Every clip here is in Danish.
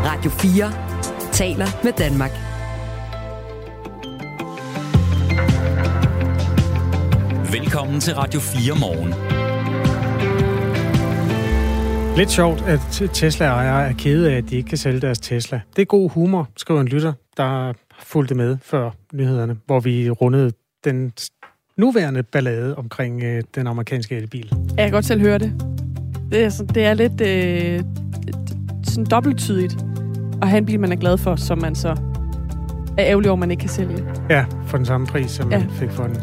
Radio 4 taler med Danmark. Velkommen til Radio 4 morgen. Lidt sjovt, at Tesla-ejere er kede af, at de ikke kan sælge deres Tesla. Det er god humor, skriver en lytter, der fulgte med før nyhederne, hvor vi rundede den nuværende ballade omkring den amerikanske elbil. Jeg kan godt selv høre det. Det er lidt sådan dobbelttydigt at have en bil, man er glad for, som man så er ærgerlig over, man ikke kan sælge. Ja, for den samme pris, som man fik for den.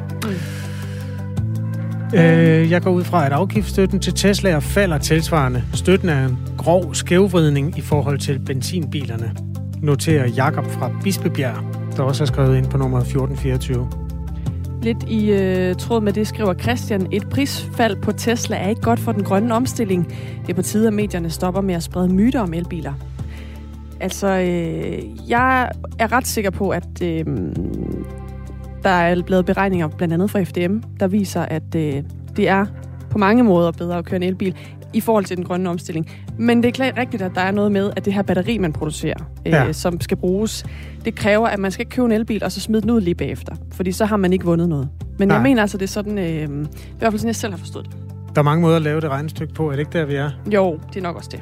Jeg går ud fra, at afgiftsstøtten til Teslaer falder tilsvarende. Støtten er en grov skævvridning i forhold til benzinbilerne, noterer Jakob fra Bispebjerg, der også er skrevet ind på nummer 1424. Lidt i tråd med det skriver Christian, et prisfald på Tesla er ikke godt for den grønne omstilling. Det er på tide, at medierne stopper med at sprede myter om elbiler. Altså, jeg er ret sikker på, at der er blevet beregninger, blandt andet fra FDM, der viser, at det er på mange måder bedre at køre en elbil i forhold til den grønne omstilling. Men det er rigtigt, at der er noget med, at det her batteri, man producerer, som skal bruges, det kræver, at man skal købe en elbil, og så smide den ud lige bagefter. Fordi så har man ikke vundet noget. Men jeg mener altså, det er sådan, i hvert fald sådan, jeg selv har forstået det. Der er mange måder at lave det regnestykke på, er det ikke der, vi er? Jo, det er nok også det.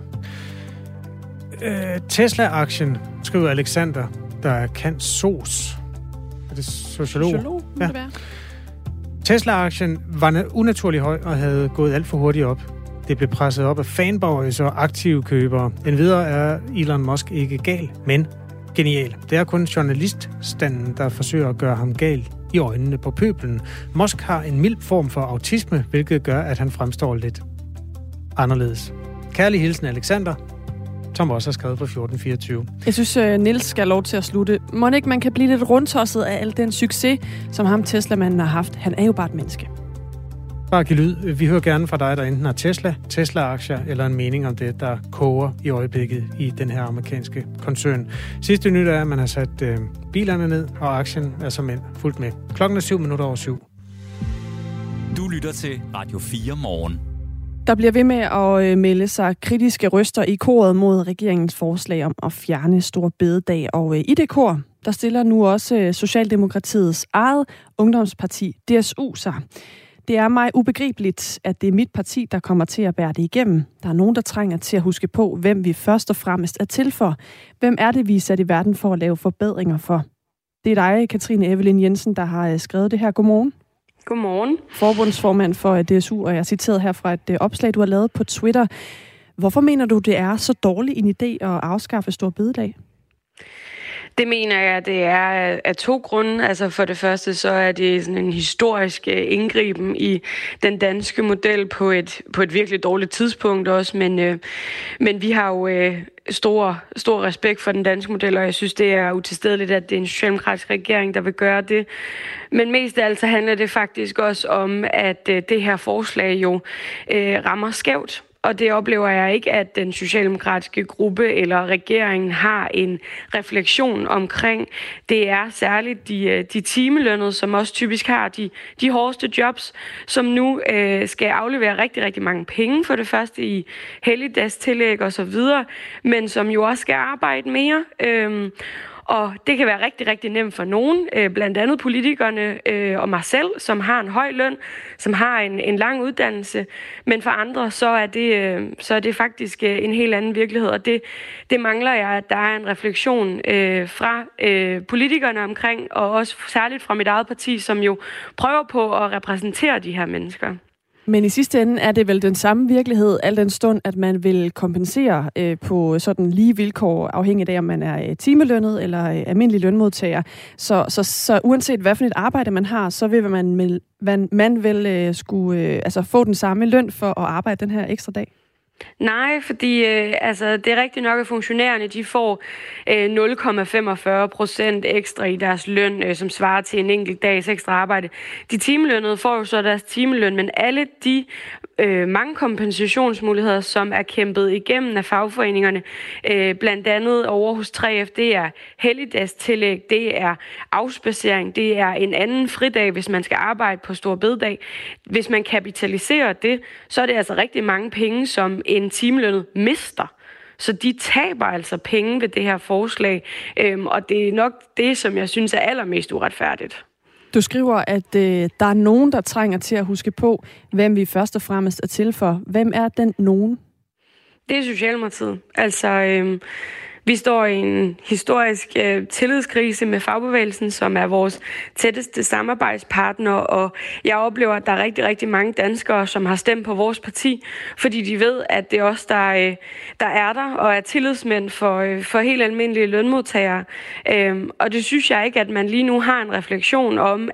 Tesla-aktien, skriver Alexander, der er kendt sos. Er det sociolog? Sociolog, ja. Tesla-aktien var unaturlig høj og havde gået alt for hurtigt op. Det blev presset op af fanboys og aktive købere. Endvidere er Elon Musk ikke gal, men genial. Det er kun journaliststanden, der forsøger at gøre ham gal i øjnene på pøbelen. Musk har en mild form for autisme, hvilket gør, at han fremstår lidt anderledes. Kærlig hilsen Alexander, som også har skrevet på 1424. Jeg synes, Niels skal have lov til at slutte. Må ikke man kan blive lidt rundtosset af al den succes, som ham Tesla-manden har haft. Han er jo bare et menneske. Bare giv lyd. Vi hører gerne fra dig, der enten har Tesla-aktier eller en mening om det, der koger i øjeblikket i den her amerikanske koncern. Sidste nyt er, at man har sat bilerne ned, og aktien er som end fuldt med. Klokken er 7:07. Du lytter til Radio 4 morgen. Der bliver ved med at melde sig kritiske røster i koret mod regeringens forslag om at fjerne Store Bededag. Og i det kor, der stiller nu også Socialdemokratiets eget ungdomsparti, DSU, sig. Det er mig ubegribeligt, at det er mit parti, der kommer til at bære det igennem. Der er nogen, der trænger til at huske på, hvem vi først og fremmest er til for. Hvem er det, vi er sat i verden for at lave forbedringer for? Det er dig, Katrine Evelyn Jensen, der har skrevet det her. Godmorgen. Godmorgen. Forbundsformand for DSU, og jeg er citeret her fra et opslag, du har lavet på Twitter. Hvorfor mener du, det er så dårlig en idé at afskaffe Store Bededag? Det mener jeg, det er af to grunde. Altså for det første, så er det sådan en historisk indgriben i den danske model på et virkelig dårligt tidspunkt også. Men vi har jo stor respekt for den danske model, og jeg synes, det er utilstedeligt, at det er en socialdemokratisk regering, der vil gøre det. Men mest af alt så handler det faktisk også om, at det her forslag jo rammer skævt. Og det oplever jeg ikke, at den socialdemokratiske gruppe eller regeringen har en refleksion omkring. Det er særligt de timelønnede, som også typisk har de hårdeste jobs, som nu skal aflevere rigtig, rigtig mange penge for det første i helligdagstillæg og så videre, men som jo også skal arbejde mere. Og det kan være rigtig, rigtig nemt for nogen, blandt andet politikerne og mig selv, som har en høj løn, som har en lang uddannelse. Men for andre, så er det faktisk en helt anden virkelighed. Og det mangler jeg, at der er en refleksion fra politikerne omkring, og også særligt fra mit eget parti, som jo prøver på at repræsentere de her mennesker. Men i sidste ende er det vel den samme virkelighed, al den stund, at man vil kompensere på sådan lige vilkår, afhængigt af, om man er timelønnet eller almindelig lønmodtager. Så uanset hvad for et arbejde man har, så vil man vel skulle få den samme løn for at arbejde den her ekstra dag? Nej, fordi det er rigtigt nok, at funktionærerne de får 0,45% ekstra i deres løn, som svarer til en enkelt dags ekstra arbejde. De timelønnede får jo så deres timeløn, men alle de mange kompensationsmuligheder, som er kæmpet igennem af fagforeningerne, blandt andet over hos 3F, det er helligdagstillæg, det er afspacering, det er en anden fridag, hvis man skal arbejde på Store Bededag. Hvis man kapitaliserer det, så er det altså rigtig mange penge, som en timelønnet mister. Så de taber altså penge ved det her forslag, og det er nok det, som jeg synes er allermest uretfærdigt. Du skriver, at der er nogen, der trænger til at huske på, hvem vi først og fremmest er til for. Hvem er den nogen? Det er Socialdemokratiet. Altså, vi står i en historisk tillidskrise med fagbevægelsen, som er vores tætteste samarbejdspartner, og jeg oplever, at der er rigtig, rigtig mange danskere, som har stemt på vores parti, fordi de ved, at det er os, der er der og er tillidsmænd for helt almindelige lønmodtagere. Og det synes jeg ikke, at man lige nu har en refleksion om,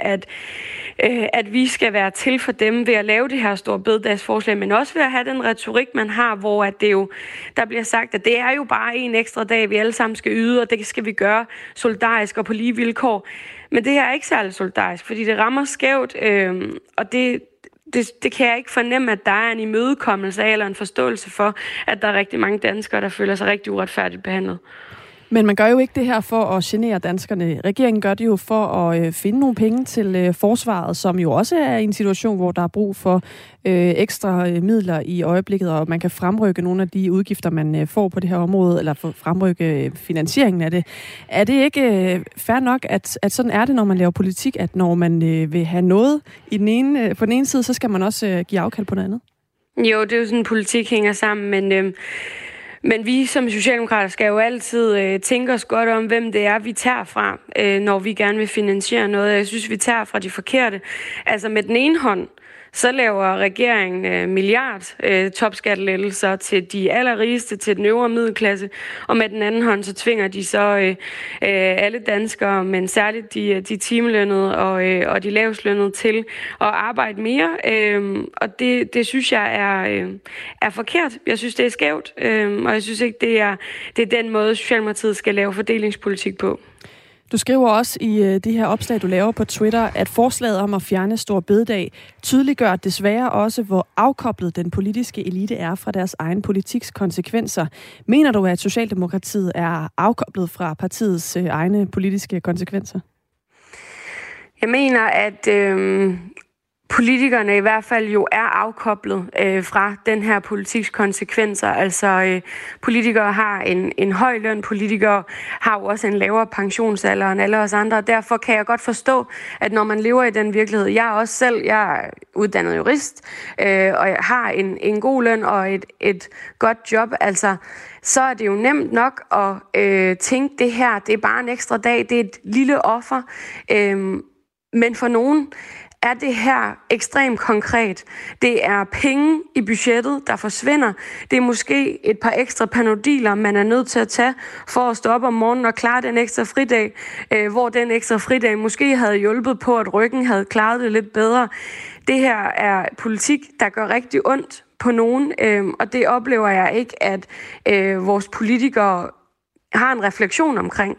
at vi skal være til for dem ved at lave det her store bededagsforslag, men også ved at have den retorik, man har, hvor at det jo, der bliver sagt, at det er jo bare en ekstra dag, vi alle sammen skal yde, og det skal vi gøre solidarisk og på lige vilkår. Men det her er ikke særlig solidarisk, fordi det rammer skævt, og det kan jeg ikke fornemme, at der er en imødekommelse af eller en forståelse for, at der er rigtig mange danskere, der føler sig rigtig uretfærdigt behandlet. Men man gør jo ikke det her for at genere danskerne. Regeringen gør det jo for at finde nogle penge til forsvaret, som jo også er i en situation, hvor der er brug for ekstra midler i øjeblikket, og man kan fremrykke nogle af de udgifter, man får på det her område, eller fremrykke finansieringen af det. Er det ikke fair nok, at sådan er det, når man laver politik, at når man vil have noget på den ene side, så skal man også give afkald på noget andet? Jo, det er jo sådan, politik hænger sammen, men vi som socialdemokrater skal jo altid tænke os godt om, hvem det er, vi tager fra, når vi gerne vil finansiere noget. Jeg synes, vi tager fra de forkerte. Altså med den ene hånd, så laver regeringen topskattelettelser til de allerrigeste, til den øvre middelklasse, og med den anden hånd, så tvinger de så alle danskere, men særligt de timelønnede og de lavestlønnede til at arbejde mere, og det synes jeg er forkert. Jeg synes, det er skævt, og jeg synes ikke, det er den måde, Socialdemokratiet skal lave fordelingspolitik på. Du skriver også i de her opslag, du laver på Twitter, at forslaget om at fjerne store bededag tydeliggør desværre også, hvor afkoblet den politiske elite er fra deres egen politiks konsekvenser. Mener du, at Socialdemokratiet er afkoblet fra partiets egne politiske konsekvenser? Jeg mener, at politikerne i hvert fald jo er afkoblet fra den her politiks konsekvenser. Altså politikere har en høj løn, politikere har jo også en lavere pensionsalder end alle os andre, og derfor kan jeg godt forstå, at når man lever i den virkelighed, jeg er uddannet jurist, og jeg har en god løn og et godt job, altså så er det jo nemt nok at tænke, det her, det er bare en ekstra dag, det er et lille offer, men for nogen er det her ekstremt konkret. Det er penge i budgettet, der forsvinder. Det er måske et par ekstra panodiler, man er nødt til at tage for at stå op om morgenen og klare den ekstra fridag, hvor den ekstra fridag måske havde hjulpet på, at ryggen havde klaret det lidt bedre. Det her er politik, der gør rigtig ondt på nogen, og det oplever jeg ikke, at vores politikere har en refleksion omkring.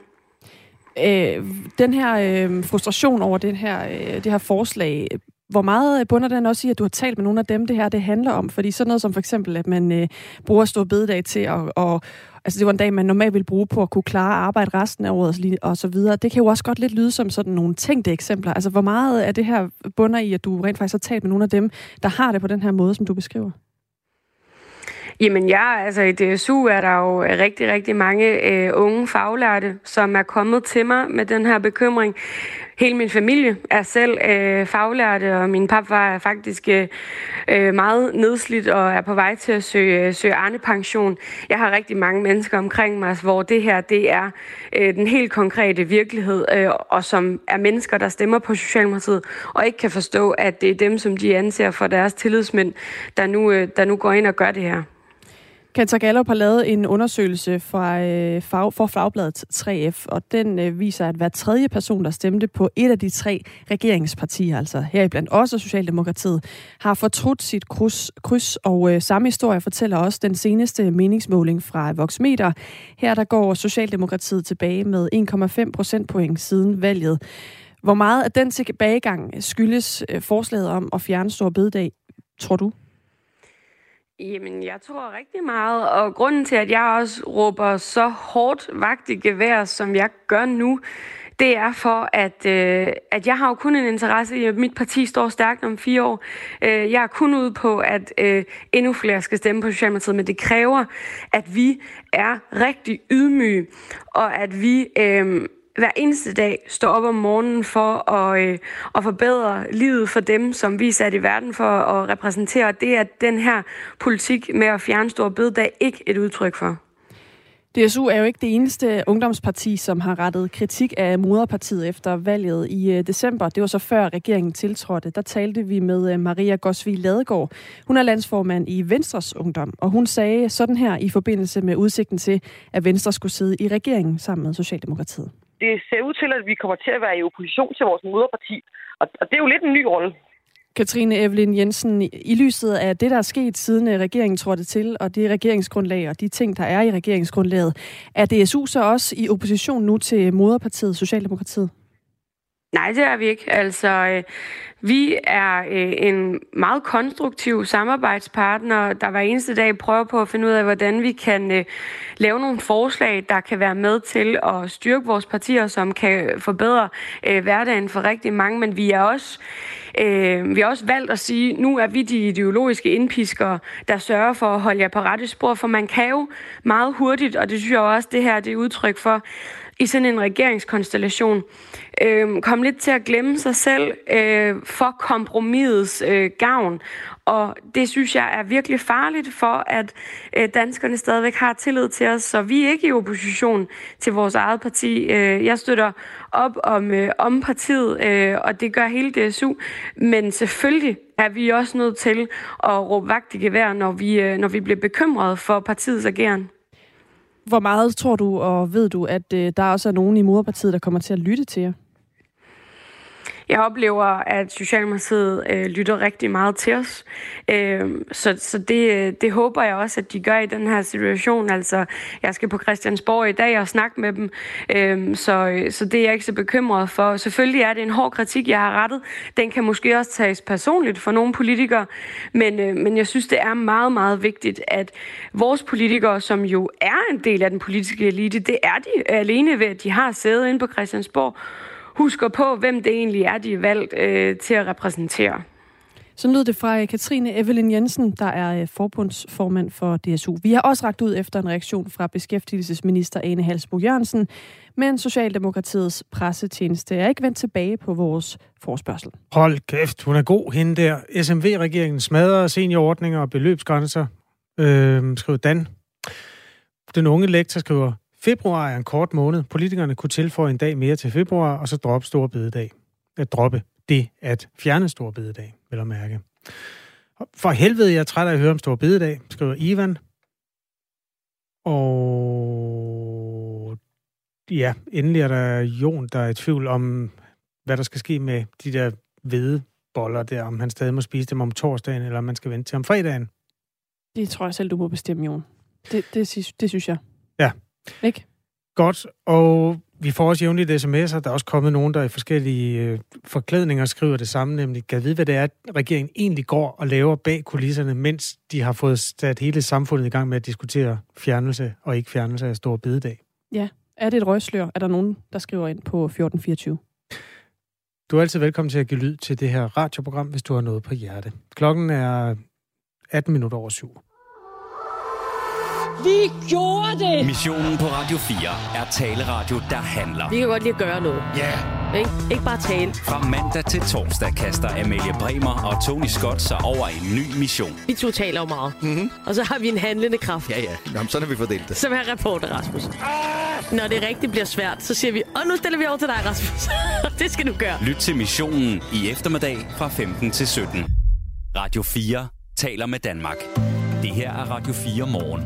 Den her frustration over det her forslag, hvor meget bunder den også i, at du har talt med nogle af dem, det handler om? Fordi sådan noget som for eksempel, at man bruger store bededag til altså det var en dag, man normalt ville bruge på at kunne klare arbejde resten af året og så videre. Det kan jo også godt lidt lyde som sådan nogle tænkte eksempler. Altså hvor meget af det her bunder i, at du rent faktisk har talt med nogle af dem, der har det på den her måde, som du beskriver? Jamen i DSU er der jo rigtig, rigtig mange unge faglærte, som er kommet til mig med den her bekymring. Hele min familie er selv faglærte, og min papfar er faktisk meget nedslidt og er på vej til at søge Arne-pension. Jeg har rigtig mange mennesker omkring mig, hvor det her det er den helt konkrete virkelighed, og som er mennesker, der stemmer på Socialdemokratiet, og ikke kan forstå, at det er dem, som de anser for deres tillidsmænd, der nu går ind og gør det her. Kantar Gallup har lavet en undersøgelse for fagbladet 3F, og den viser, at hver tredje person, der stemte på et af de 3 regeringspartier, altså heriblandt også Socialdemokratiet, har fortrudt sit kryds, og samme historie fortæller også den seneste meningsmåling fra Voxmeter. Her der går Socialdemokratiet tilbage med 1,5 procentpoint siden valget. Hvor meget af den tilbagegang skyldes forslaget om at fjerne store bededag, tror du? Jamen, jeg tror rigtig meget, og grunden til, at jeg også råber så hårdt vagt i gevær, som jeg gør nu, det er for, at jeg har jo kun en interesse i, at mit parti står stærkt om 4 år. Jeg er kun ude på, at endnu flere skal stemme på Socialdemokratiet, men det kræver, at vi er rigtig ydmyge, og at vi hver eneste dag står op om morgenen for at forbedre livet for dem, som vi er sat i verden for at repræsentere. Det er den her politik med at fjerne store bededag ikke et udtryk for. DSU er jo ikke det eneste ungdomsparti, som har rettet kritik af moderpartiet efter valget i december. Det var så før regeringen tiltrådte. Der talte vi med Maria Gosvig Ladegaard. Hun er landsformand i Venstres Ungdom, og hun sagde sådan her i forbindelse med udsigten til, at Venstre skulle sidde i regeringen sammen med Socialdemokratiet. Det ser ud til, at vi kommer til at være i opposition til vores moderparti, og det er jo lidt en ny rolle. Katrine Evelyn Jensen, i lyset af det, der er sket siden regeringen trådte til, og det regeringsgrundlag og de ting, der er i regeringsgrundlaget, er DSU så også i opposition nu til moderpartiet Socialdemokratiet? Nej, det er vi ikke. Altså, vi er en meget konstruktiv samarbejdspartner, der hver eneste dag prøver på at finde ud af, hvordan vi kan lave nogle forslag, der kan være med til at styrke vores partier, som kan forbedre hverdagen for rigtig mange. Men vi har også valgt at sige, nu er vi de ideologiske indpiskere, der sørger for at holde jer på rette spor, for man kan jo meget hurtigt, og det synes jeg også, det her det er udtryk for, i sådan en regeringskonstellation, kom lidt til at glemme sig selv for kompromisets gavn. Og det synes jeg er virkelig farligt for, at danskerne stadigvæk har tillid til os, så vi er ikke i opposition til vores eget parti. Jeg støtter op om partiet, og det gør hele DSU, men selvfølgelig er vi også nødt til at råbe vagt i gevær, når vi bliver bekymrede for partiets ageren. Hvor meget tror du og ved du, at der også er nogen i moderpartiet, der kommer til at lytte til jer? Jeg oplever, at Socialdemokratiet lytter rigtig meget til os. Så det håber jeg også, at de gør i den her situation. Altså, jeg skal på Christiansborg i dag og snakke med dem, så det er jeg ikke så bekymret for. Selvfølgelig er det en hård kritik, jeg har rettet. Den kan måske også tages personligt for nogle politikere, men jeg synes, det er meget, meget vigtigt, at vores politikere, som jo er en del af den politiske elite, det er de alene ved, at de har sædet inde på Christiansborg, husker på, hvem det egentlig er, de er valgt til at repræsentere. Så lød det fra Katrine Evelyn Jensen, der er forbundsformand for DSU. Vi har også rakt ud efter en reaktion fra beskæftigelsesminister Ane Halsboe-Jørgensen, men Socialdemokratiets pressetjeneste er ikke vendt tilbage på vores forespørgsel. Hold kæft, hun er god, hende der. SMV-regeringen smadrer seniorordninger og beløbsgrænser, skriver Dan. Den unge lektor skriver, februar er en kort måned. Politikerne kunne tilføje en dag mere til februar, og så droppe store bededag. At droppe det at fjerne store bededag, vil jeg mærke. For helvede, jeg er træt af at høre om store bededag, skriver Ivan. Og ja, endelig er der Jon, der er i tvivl om, hvad der skal ske med de der hvedeboller der, om han stadig må spise dem om torsdagen, eller om man skal vente til om fredagen. Det tror jeg selv, du må bestemme, Jon. Det synes jeg. Ja. Ikke? Godt, og vi får også jævnligt sms'er. Der er også kommet nogen, der i forskellige forklædninger skriver det samme, nemlig, kan vide, hvad det er, regeringen egentlig går og laver bag kulisserne, mens de har fået sat hele samfundet i gang med at diskutere fjernelse og ikke fjernelse af store bededag. Ja, er det et røgslør? Er der nogen, der skriver ind på 1424? Du er altid velkommen til at give lyd til det her radioprogram, hvis du har noget på hjerte. Klokken er 18:07. Vi gjorde det! Missionen på Radio 4 er taleradio, der handler. Vi kan godt lide at gøre noget. Ja. Yeah. Ikke bare tale. Fra mandag til torsdag kaster Amalie Bremer og Tony Scott sig over en ny mission. Vi to taler jo meget. Mm-hmm. Og så har vi en handlende kraft. Ja. Jamen, sådan har vi fordelt det. Som er reporter, Rasmus. Når det rigtig bliver svært, så siger vi, og nu stiller vi over til dig, Rasmus. Det skal du gøre. Lyt til missionen i eftermiddag fra 15 til 17. Radio 4 taler med Danmark. Det her er Radio 4 morgen.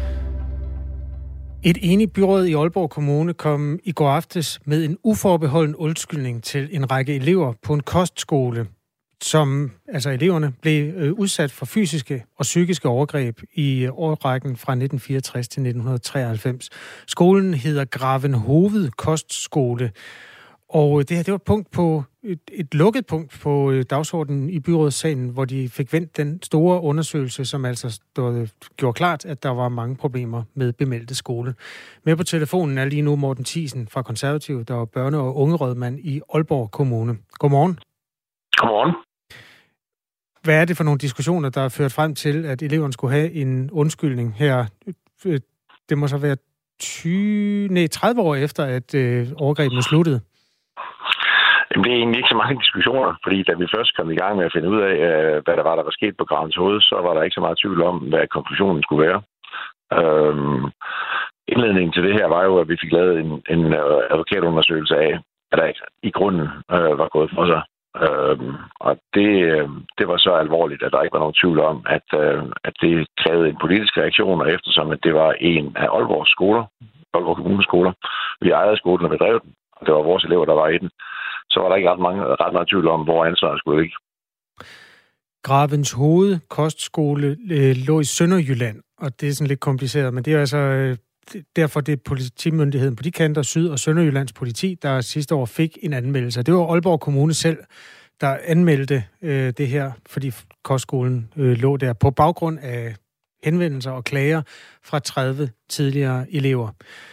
Et enigt byråd i Aalborg Kommune kom i går aftes med en uforbeholden undskyldning til en række elever på en kostskole, som altså eleverne blev udsat for fysiske og psykiske overgreb i årrækken fra 1964 til 1993. Skolen hedder Gravenhoved Kostskole, Og det her, det var et lukket punkt på dagsordenen i byrådssalen, hvor de fik vendt den store undersøgelse, som altså gjorde klart, at der var mange problemer med bemeldte skole. Med på telefonen er lige nu Morten Thiesen fra Konservative, der var børne- og ungerådmand i Aalborg Kommune. Godmorgen. Godmorgen. Hvad er det for nogle diskussioner, der er ført frem til, at eleverne skulle have en undskyldning her? Det må så være 30 år efter, at overgrebene sluttede. Det er egentlig ikke så mange diskussioner, fordi da vi først kom i gang med at finde ud af, hvad der var sket på Gravens Hoved, så var der ikke så meget tvivl om, hvad konklusionen skulle være. Indledningen til det her var jo, at vi fik lavet en advokatundersøgelse af, hvad der i grunden var gået for sig. Og det var så alvorligt, at der ikke var nogen tvivl om, at det krævede en politisk reaktion, og eftersom at det var en af Aalborgs skoler, Aalborg Kommuneskoler, vi ejede skolen og vi drev den, og det var vores elever, der var i den, så var der ikke ret meget tvivl om, hvor ansvaret skulle ligge. Gravens Hoved kostskole lå i Sønderjylland, og det er sådan lidt kompliceret, men det er altså derfor det er politimyndigheden på de kanter, Syd- og Sønderjyllands politi, der sidste år fik en anmeldelse. Det var Aalborg Kommune selv, der anmeldte det her, fordi kostskolen lå der på baggrund af henvendelser og klager fra 30 tidligere elever.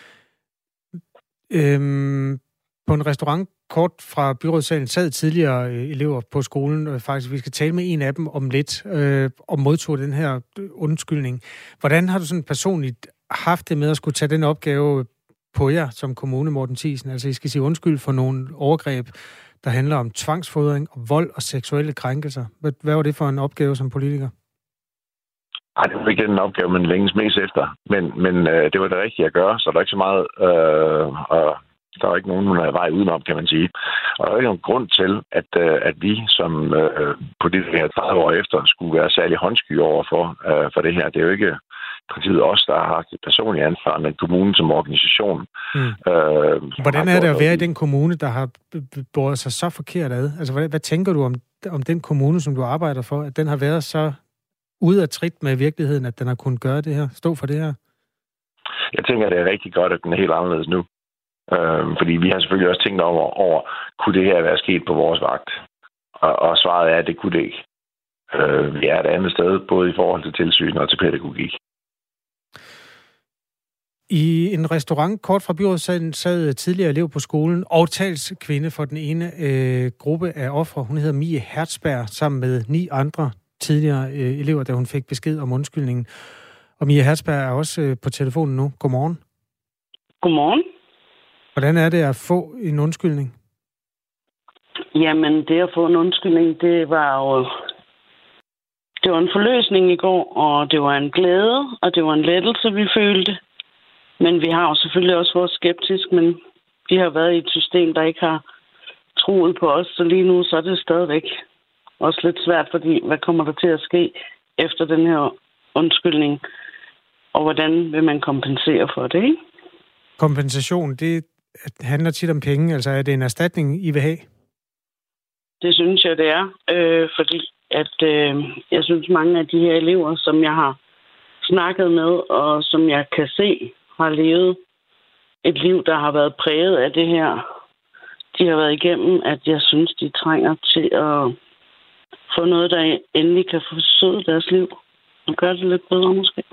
På en restaurant kort fra byrådssalen sad tidligere elever på skolen, faktisk vi skal tale med en af dem om lidt, og modtog den her undskyldning. Hvordan har du sådan personligt haft det med at skulle tage den opgave på jer som kommune, Morten Thiesen? Altså, I skal sige undskyld for nogle overgreb, der handler om tvangsfodring, vold og seksuelle krænkelser. Hvad var det for en opgave som politiker? Nej, det var ikke den opgave, man længes mest efter. Men det var det rigtige at gøre, så der er ikke så meget... Der er ikke nogen vej udenom, kan man sige. Og der er ikke nogen grund til, at vi som politikere 30 år efter skulle være særlig håndsky over for det her. Det er jo ikke princippet os, der har haft et personligt ansvar, men kommunen som organisation. Hvordan er det at være i den kommune, der har båret sig så forkert ad? Altså, hvad tænker du om den kommune, som du arbejder for, at den har været så ude af trit med virkeligheden, at den har kunnet gøre det her, stå for det her? Jeg tænker, det er rigtig godt, at den er helt anderledes nu. Fordi vi har selvfølgelig også tænkt over, kunne det her være sket på vores vagt? Og svaret er, at det kunne det ikke. Vi er et andet sted, både i forhold til tilsyn og til pædagogik. I en restaurant kort fra byrådssalen sad tidligere elev på skolen og talskvinde for den ene gruppe af ofre. Hun hedder Mie Hertzberg, sammen med 9 andre tidligere elever, da hun fik besked om undskyldningen. Og Mie Hertzberg er også på telefonen nu. Godmorgen. Godmorgen. Hvordan er det at få en undskyldning? Jamen, det at få en undskyldning, det var en forløsning i går, og det var en glæde, og det var en lettelse, vi følte. Men vi har jo selvfølgelig også været skeptisk, men vi har været i et system, der ikke har troet på os, så lige nu så er det stadigvæk også lidt svært, fordi hvad kommer der til at ske efter den her undskyldning, og hvordan vil man kompensere for det, ikke? Kompensation, det handler tit om penge, altså er det en erstatning, I vil have? Det synes jeg, det er, fordi at jeg synes, mange af de her elever, som jeg har snakket med, og som jeg kan se, har levet et liv, der har været præget af det her, de har været igennem, at jeg synes, de trænger til at få noget, der endelig kan forsøde deres liv, og gøre det lidt bedre måske.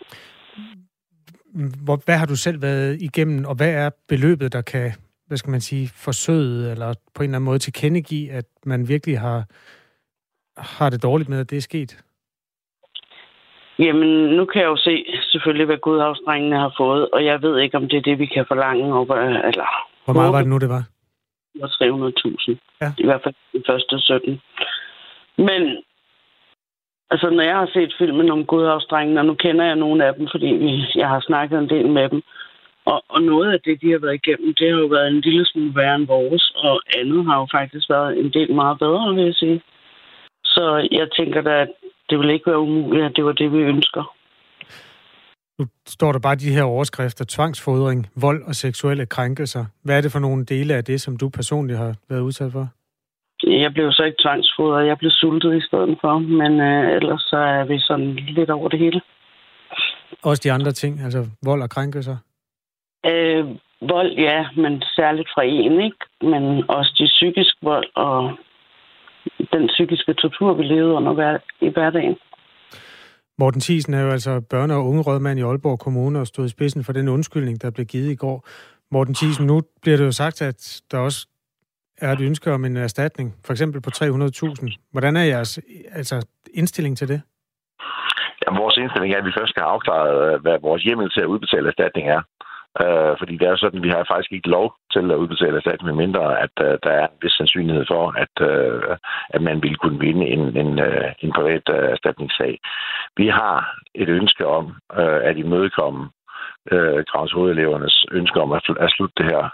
Hvad har du selv været igennem, og hvad er beløbet, der kan, hvad skal man sige, forsøde, eller på en eller anden måde tilkendegive, at man virkelig har det dårligt med, at det er sket? Jamen, nu kan jeg jo se selvfølgelig, hvad Godhavnsdrengene har fået, og jeg ved ikke, om det er det, vi kan forlange op, eller... Hvor meget var det nu, det var? Det var 300.000. Ja. I hvert fald de første 17. Men altså, når jeg har set filmen om Godhavnsdrengene, og nu kender jeg nogle af dem, fordi jeg har snakket en del med dem, og noget af det, de har været igennem, det har jo været en lille smule værre end vores, og andet har jo faktisk været en del meget bedre, vil jeg sige. Så jeg tænker da, at det vil ikke være umuligt, at det var det, vi ønsker. Nu står der bare de her overskrifter: tvangsfodring, vold og seksuelle krænkelser. Hvad er det for nogle dele af det, som du personligt har været udsat for? Jeg blev så ikke tvangsfodret, jeg blev sultet i stedet for, men ellers så er vi sådan lidt over det hele. Også de andre ting, altså vold og krænkelser? Vold, ja, men særligt fra en, ikke? Men også de psykisk vold og den psykiske tortur, vi levede under i hverdagen. Morten Thiesen er jo altså børne- og ungerådmand i Aalborg Kommune og stod i spidsen for den undskyldning, der blev givet i går. Morten Thiesen, nu bliver det jo sagt, at der også er et ønske om en erstatning, for eksempel på 300.000. Hvordan er jeres indstilling til det? Ja, vores indstilling er, at vi først skal have afklaret, hvad vores hjemmel til at udbetale erstatning er. Fordi det er sådan, at vi har faktisk ikke lov til at udbetale erstatning, medmindre at der er en vis sandsynlighed for, at man ville kunne vinde en privat erstatningssag. Vi har et ønske om at imødekomme Gravens Hoved-elevernes ønske om at slutte det her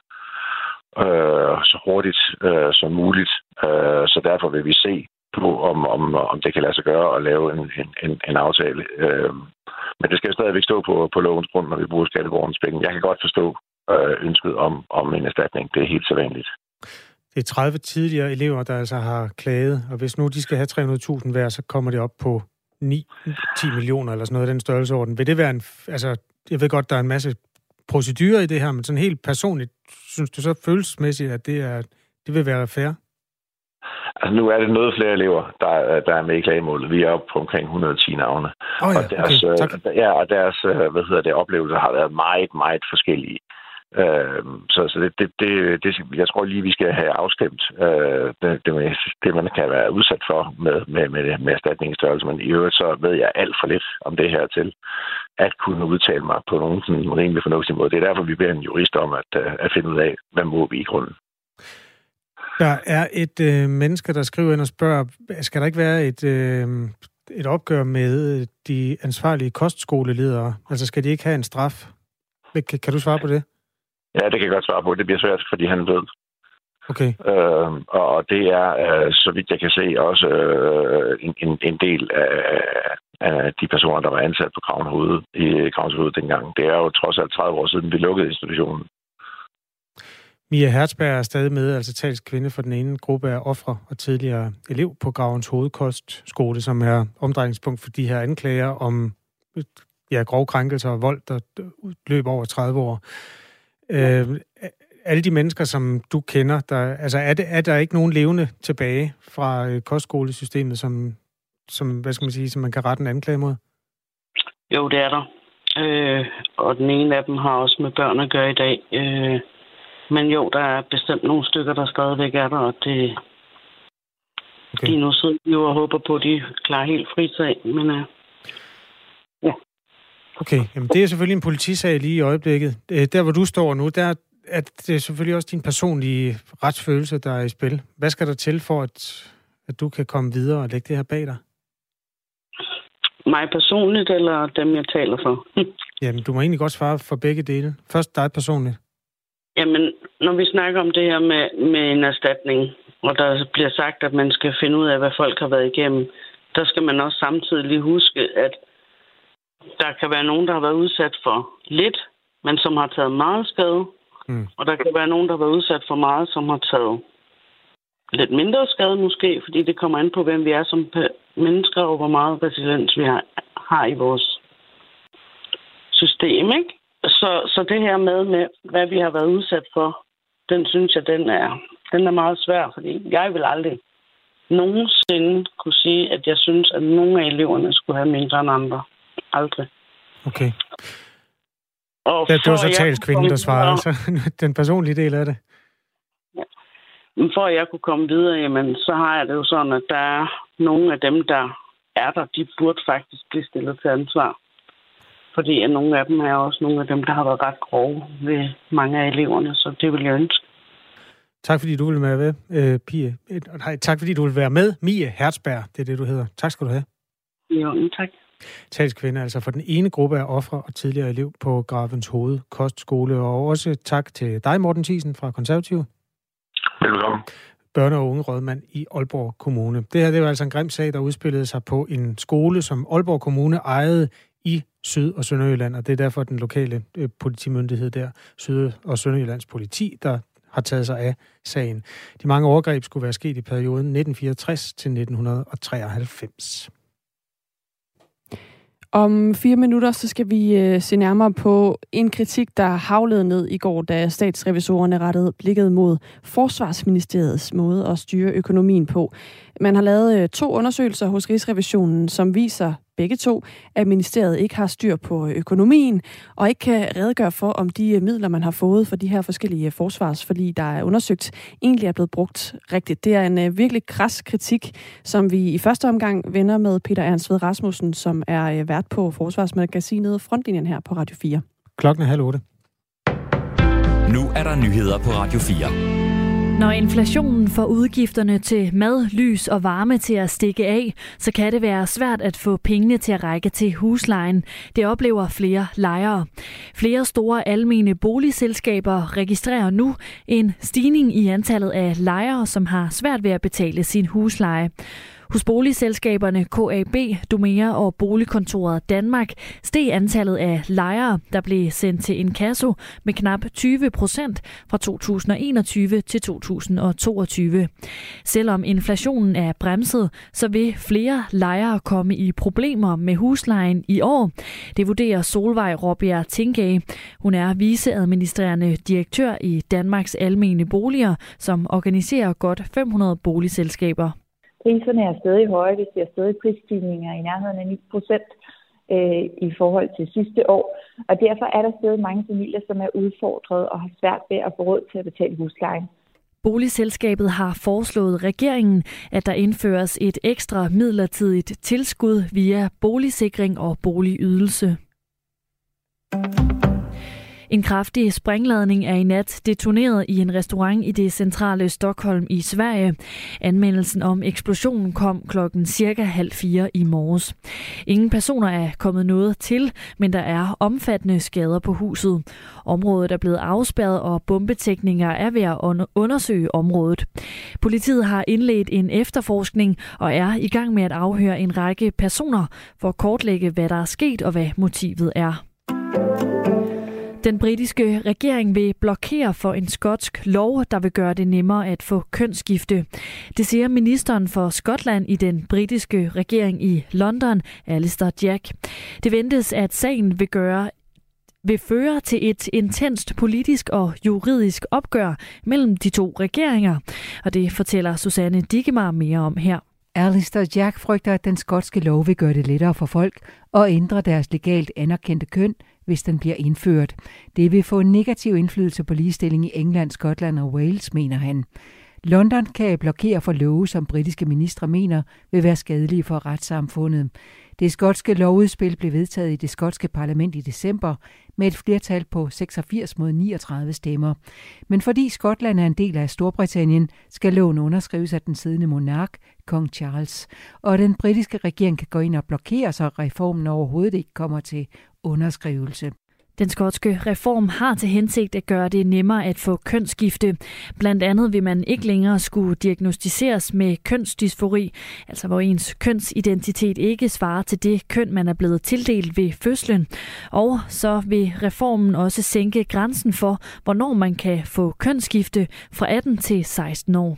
så hurtigt som muligt. Så derfor vil vi se på, om det kan lade sig gøre at lave en aftale. Men det skal stadigvæk stå på lovens grund, når vi bruger skatteborgernes penge. Jeg kan godt forstå ønsket om en erstatning. Det er helt sædvanligt. Det er 30 tidligere elever, der altså har klaget, og hvis nu de skal have 300.000 hver, så kommer det op på 9-10 millioner eller sådan noget af den størrelseorden. Vil det være jeg ved godt, der er en masse procedurer i det her, men sådan helt personligt, synes du så følelsesmæssigt, at det vil være fair? Altså nu er det noget flere elever, der er med i klagemålet. Vi er oppe på omkring 110 navne. Og deres oplevelser har været meget, meget forskellige. Så jeg tror lige, vi skal have afstemt det, man kan være udsat for med erstatningsstørrelse. Men i øvrigt så ved jeg alt for lidt om det her til at kunne udtale mig på nogen sådan rimelig fornuftig måde. Det er derfor, vi beder en jurist om at finde ud af, hvad må vi i grunden. Der er et menneske, der skriver ind og spørger, skal der ikke være et opgør med de ansvarlige kostskoleledere? Altså skal de ikke have en straf? Kan du svare på det? Ja, det kan jeg godt svare på. Det bliver svært, fordi han ved. Okay. Og det er, så vidt jeg kan se, også en del af de personer, der var ansat på Gravens Hoved dengang. Det er jo trods alt 30 år siden, vi lukkede institutionen. Mia Hertzberg er stadig med, altså talskvinde for den ene gruppe af ofre og tidligere elev på Gravens Hoved Kostskole, som er omdrejningspunkt for de her anklager om grove krænkelser og vold, der løber over 30 år. Alle de mennesker, som du kender, er der ikke nogen levende tilbage fra kostskolesystemet, som hvad skal man sige, som man kan rette en anklage mod? Jo, det er der. Og den ene af dem har også med børn at gøre i dag. Men jo, der er bestemt nogle stykker, der stadigvæk er der, og det... Okay. De nu sidder jo og håber på, at de klarer helt fri sag, men ja. Okay, jamen det er selvfølgelig en politisag lige i øjeblikket. Der, hvor du står nu, der er det selvfølgelig også din personlige retsfølelse, der er i spil. Hvad skal der til for, at du kan komme videre og lægge det her bag dig? Mig personligt, eller dem, jeg taler for? Jamen, du må egentlig godt svare for begge dele. Først dig personligt. Jamen, når vi snakker om det her med en erstatning, og der bliver sagt, at man skal finde ud af, hvad folk har været igennem, der skal man også samtidig lige huske, at der kan være nogen, der har været udsat for lidt, men som har taget meget skade. Og der kan være nogen, der har været udsat for meget, som har taget lidt mindre skade måske, fordi det kommer an på, hvem vi er som mennesker, og hvor meget resiliens vi har i vores system, ikke? Så det her med, hvad vi har været udsat for, den synes jeg, den er meget svær, fordi jeg vil aldrig nogensinde kunne sige, at jeg synes, at nogle af eleverne skulle have mindre end andre. Aldrig. Okay. Det var så talskvinden, der svarede, så den personlige del af det. Ja. Men for at jeg kunne komme videre, jamen, så har jeg det jo sådan, at der er nogle af dem, der er der, de burde faktisk blive stillet til ansvar. Fordi nogle af dem er også nogle af dem, der har været ret grove ved mange af eleverne, så det vil jeg ønske. Tak fordi du ville være med, Pia. Nej, tak fordi du ville være med, Mia Hertzberg. Det er det, du hedder. Tak skal du have. Jo, tak. Talskvinde, altså for den ene gruppe af ofre og tidligere elev på Gravens Hoved Kostskole. Og også tak til dig, Morten Thiesen fra Konservative. Velkommen. Børne- og ungerådmand i Aalborg Kommune. Det her, det var altså en grim sag, der udspillede sig på en skole, som Aalborg Kommune ejede i Syd- og Sønderjylland, og det er derfor den lokale politimyndighed der, Syd- og Sønderjyllands politi, der har taget sig af sagen. De mange overgreb skulle være sket i perioden 1964 til 1993. Om 4 minutter, så skal vi se nærmere på en kritik, der havlede ned i går, da statsrevisorerne rettede blikket mod Forsvarsministeriets måde at styre økonomien på. Man har lavet 2 undersøgelser hos Rigsrevisionen, som viser begge to, at ministeriet ikke har styr på økonomien, og ikke kan redegøre for, om de midler, man har fået for de her forskellige forsvarsforlig, der er undersøgt, egentlig er blevet brugt rigtigt. Det er en virkelig kras kritik, som vi i første omgang vender med Peter Ernst Ved Rasmussen, som er vært på Forsvarsmagasinet Frontlinjen her på Radio 4. Klokken er 7:30. Nu er der nyheder på Radio 4. Når inflationen får udgifterne til mad, lys og varme til at stikke af, så kan det være svært at få pengene til at række til huslejen. Det oplever flere lejere. Flere store almene boligselskaber registrerer nu en stigning i antallet af lejere, som har svært ved at betale sin husleje. Hos boligselskaberne KAB, Domea og Boligkontoret Danmark steg antallet af lejere, der blev sendt til inkasso med knap 20% fra 2021 til 2022. Selvom inflationen er bremset, så vil flere lejere komme i problemer med huslejen i år. Det vurderer Solvej Råbjerg Tingage. Hun er viceadministrerende direktør i Danmarks Almene Boliger, som organiserer godt 500 boligselskaber. Priserne er stadig høje. Vi ser stadig prisstigninger i nærheden af 9% i forhold til sidste år. Og derfor er der stadig mange familier, som er udfordret og har svært ved at få råd til at betale huslejen. Boligselskabet har foreslået regeringen, at der indføres et ekstra midlertidigt tilskud via boligsikring og boligydelse. En kraftig sprængladning er i nat detoneret i en restaurant i det centrale Stockholm i Sverige. Anmeldelsen om eksplosionen kom klokken cirka 3:30 i morges. Ingen personer er kommet noget til, men der er omfattende skader på huset. Området er blevet afspærret, og bombetækninger er ved at undersøge området. Politiet har indledt en efterforskning og er i gang med at afhøre en række personer for at kortlægge, hvad der er sket og hvad motivet er. Den britiske regering vil blokere for en skotsk lov, der vil gøre det nemmere at få kønsskifte. Det siger ministeren for Skotland i den britiske regering i London, Alistair Jack. Det ventes, at sagen vil føre til et intenst politisk og juridisk opgør mellem de 2 regeringer. Og det fortæller Susanne Digemar mere om her. Alistair Jack frygter, at den skotske lov vil gøre det lettere for folk at ændre deres legalt anerkendte køn, hvis den bliver indført. Det vil få en negativ indflydelse på ligestilling i England, Skotland og Wales, mener han. London kan blokere for love, som britiske ministre mener vil være skadelige for retssamfundet. Det skotske lovudspil blev vedtaget i det skotske parlament i december med et flertal på 86 mod 39 stemmer. Men fordi Skotland er en del af Storbritannien, skal loven underskrives af den siddende monark, kong Charles. Og den britiske regering kan gå ind og blokere, så reformen overhovedet ikke kommer til underskrivelse. Den skotske reform har til hensigt at gøre det nemmere at få kønsskifte. Blandt andet vil man ikke længere skulle diagnostiseres med kønsdysfori, altså hvor ens kønsidentitet ikke svarer til det køn, man er blevet tildelt ved fødslen. Og så vil reformen også sænke grænsen for, hvornår man kan få kønsskifte fra 18 til 16 år.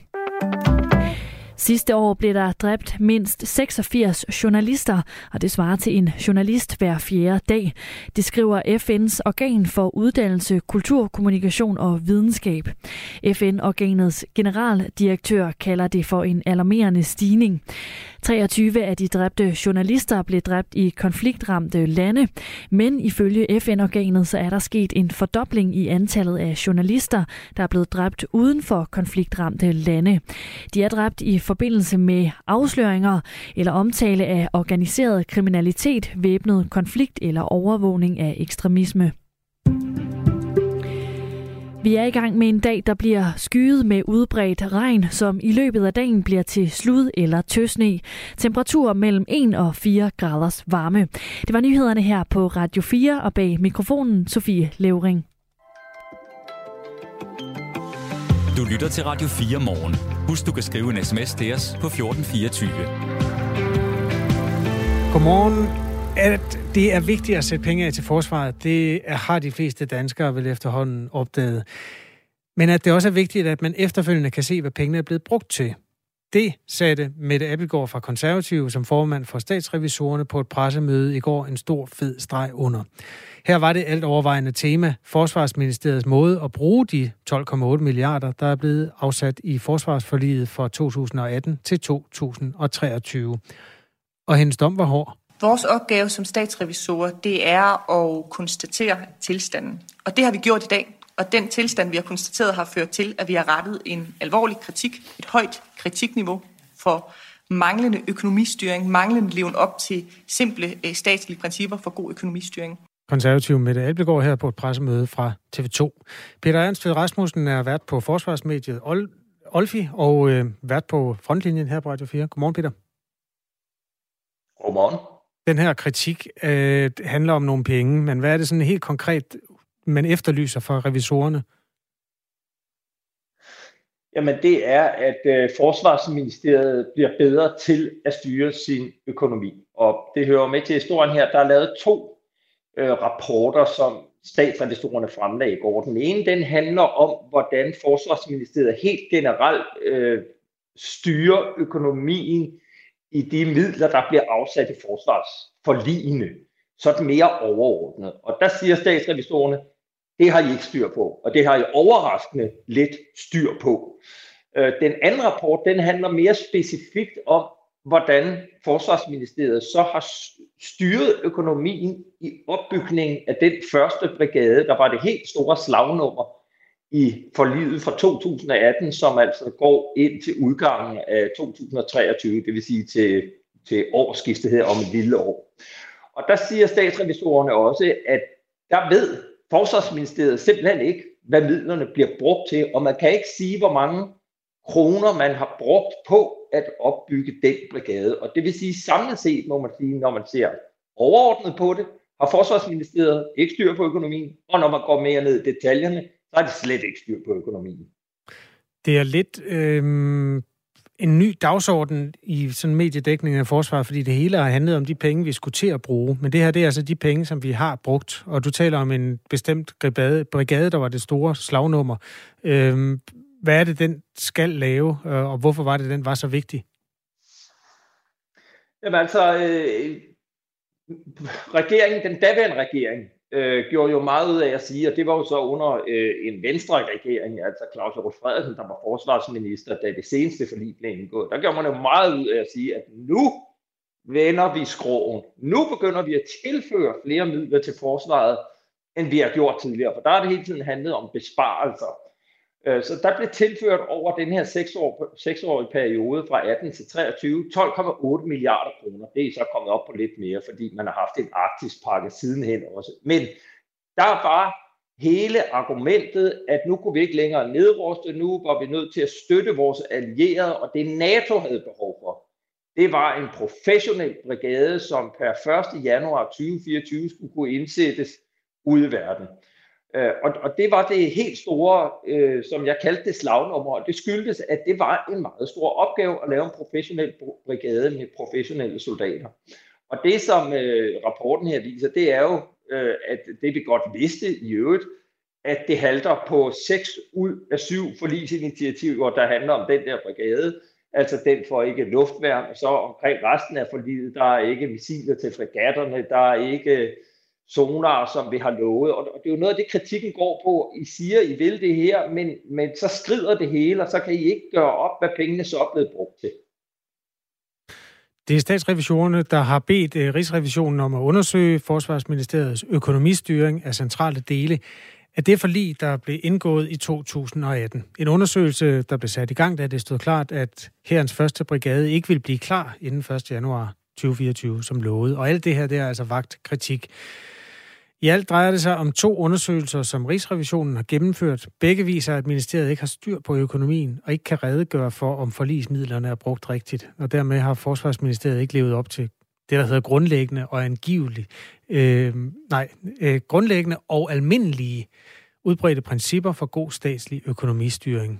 Sidste år blev der dræbt mindst 86 journalister, og det svarer til en journalist hver 4. dag. Det skriver FN's organ for uddannelse, kultur, kommunikation og videnskab. FN-organets generaldirektør kalder det for en alarmerende stigning. 23 af de dræbte journalister blev dræbt i konfliktramte lande, men ifølge FN-organet så er der sket en fordobling i antallet af journalister, der er blevet dræbt uden for konfliktramte lande. De er dræbt i forbindelse med afsløringer eller omtale af organiseret kriminalitet, væbnet konflikt eller overvågning af ekstremisme. Vi er i gang med en dag, der bliver skyet med udbredt regn, som i løbet af dagen bliver til slud eller tøsne. Temperaturer mellem 1 og 4 graders varme. Det var nyhederne her på Radio 4, og bag mikrofonen Sofie Levering. Du lytter til Radio 4 morgen. Husk, du kan skrive en sms til os på 1424. Godmorgen. At det er vigtigt at sætte penge af til forsvaret, det har de fleste danskere vel efterhånden opdaget. Men at det også er vigtigt, at man efterfølgende kan se, hvad pengene er blevet brugt til. Det satte Mette Abildgaard fra Konservative som formand for statsrevisorerne på et pressemøde i går en stor fed streg under. Her var det alt overvejende tema Forsvarsministeriets måde at bruge de 12,8 milliarder, der er blevet afsat i forsvarsforliget fra 2018 til 2023. Og hendes dom var hård. Vores opgave som statsrevisorer, det er at konstatere tilstanden. Og det har vi gjort i dag. Og den tilstand, vi har konstateret, har ført til, at vi har rettet en alvorlig kritik, et højt kritikniveau for manglende økonomistyring, manglende leven op til simple statslige principper for god økonomistyring. Konservativ Mette Abildgaard her på et pressemøde fra TV2. Peter Ernst Rasmussen er vært på forsvarsmediet Olfi og vært på frontlinjen her på Radio 4. Godmorgen, Peter. Godmorgen. Den her kritik handler om nogle penge, men hvad er det sådan helt konkret, man efterlyser fra revisorerne? Jamen det er, at Forsvarsministeriet bliver bedre til at styre sin økonomi. Og det hører med til historien her. Der er lavet 2 rapporter, som statsrevisorerne fremlagde i går. Den ene, den handler om, hvordan Forsvarsministeriet helt generelt styrer økonomien i de midler, der bliver afsat i forsvarsforligene. Sådan mere overordnet. Og der siger statsrevisorerne, det har I ikke styr på, og det har I overraskende lidt styr på. Den anden rapport, den handler mere specifikt om, hvordan Forsvarsministeriet så har styret økonomien i opbygningen af den første brigade, der var det helt store slagnummer i forliget fra 2018, som altså går ind til udgangen af 2023, det vil sige til årsskiftet her om et lille år. Og der siger statsrevisorerne også, at der ved Forsvarsministeriet simpelthen ikke, hvad midlerne bliver brugt til, og man kan ikke sige, hvor mange kroner man har brugt på at opbygge den brigade. Og det vil sige samlet set, må man sige, når man ser overordnet på det, har Forsvarsministeriet ikke styr på økonomien, og når man går mere ned i detaljerne, så har de slet ikke styr på økonomien. Det er lidt en ny dagsorden i sådan mediedækningen af forsvaret, fordi det hele har handlet om de penge, vi skulle til at bruge. Men det her, det er altså de penge, som vi har brugt. Og du taler om en bestemt brigade, der var det store slagnummer. Hvad er det, den skal lave, og hvorfor var det, den var så vigtig? Jamen altså, den daværende regering, gjorde jo meget ud af at sige, og det var jo så under en Venstre-regering, altså Claus Hjort Frederiksen, der var forsvarsminister, da det seneste forlig blev indgået. Der gjorde man jo meget ud af at sige, at nu vender vi skroen. Nu begynder vi at tilføre flere midler til forsvaret, end vi har gjort tidligere. For der har det hele tiden handlet om besparelser. Så der blev tilført over den her 6-årige periode fra 18 til 23 12,8 milliarder kroner. Det er så kommet op på lidt mere, fordi man har haft en Arktis-pakke sidenhen også. Men der var hele argumentet, at nu kunne vi ikke længere nedruste, nu var vi nødt til at støtte vores allierede, og det NATO havde behov for. Det var en professionel brigade, som per 1. januar 2024 skulle kunne indsættes ude i verden. Og det var det helt store, som jeg kaldte det slagnummer, og det skyldtes, at det var en meget stor opgave at lave en professionel brigade med professionelle soldater. Og det, som rapporten her viser, det er jo, at det vi godt vidste i øvrigt, at det halter på 6 ud af 7 forligsinitiativer, der handler om den der brigade. Altså den får ikke luftværn, og så omkring resten af forliget, der er ikke missiler til fregatterne, der er ikke sonar, som vi har lovet. Og det er jo noget af det, kritikken går på. I siger, I vil det her, men så skrider det hele, og så kan I ikke gøre op, hvad pengene så er blevet brugt til. Det er statsrevisorerne, der har bedt Rigsrevisionen om at undersøge Forsvarsministeriets økonomistyring af centrale dele af det forlig, der blev indgået i 2018. En undersøgelse, der blev sat i gang, da det stod klart, at Hærens første brigade ikke ville blive klar inden 1. januar 2024, som lovet. Og alt det her, det er altså vakt kritik. I alt drejer det sig om 2 undersøgelser, som Rigsrevisionen har gennemført. Begge viser, at ministeriet ikke har styr på økonomien og ikke kan redegøre for, om forligsmidlerne er brugt rigtigt. Og dermed har Forsvarsministeriet ikke levet op til det, der hedder grundlæggende og almindelige udbredte principper for god statslig økonomistyring.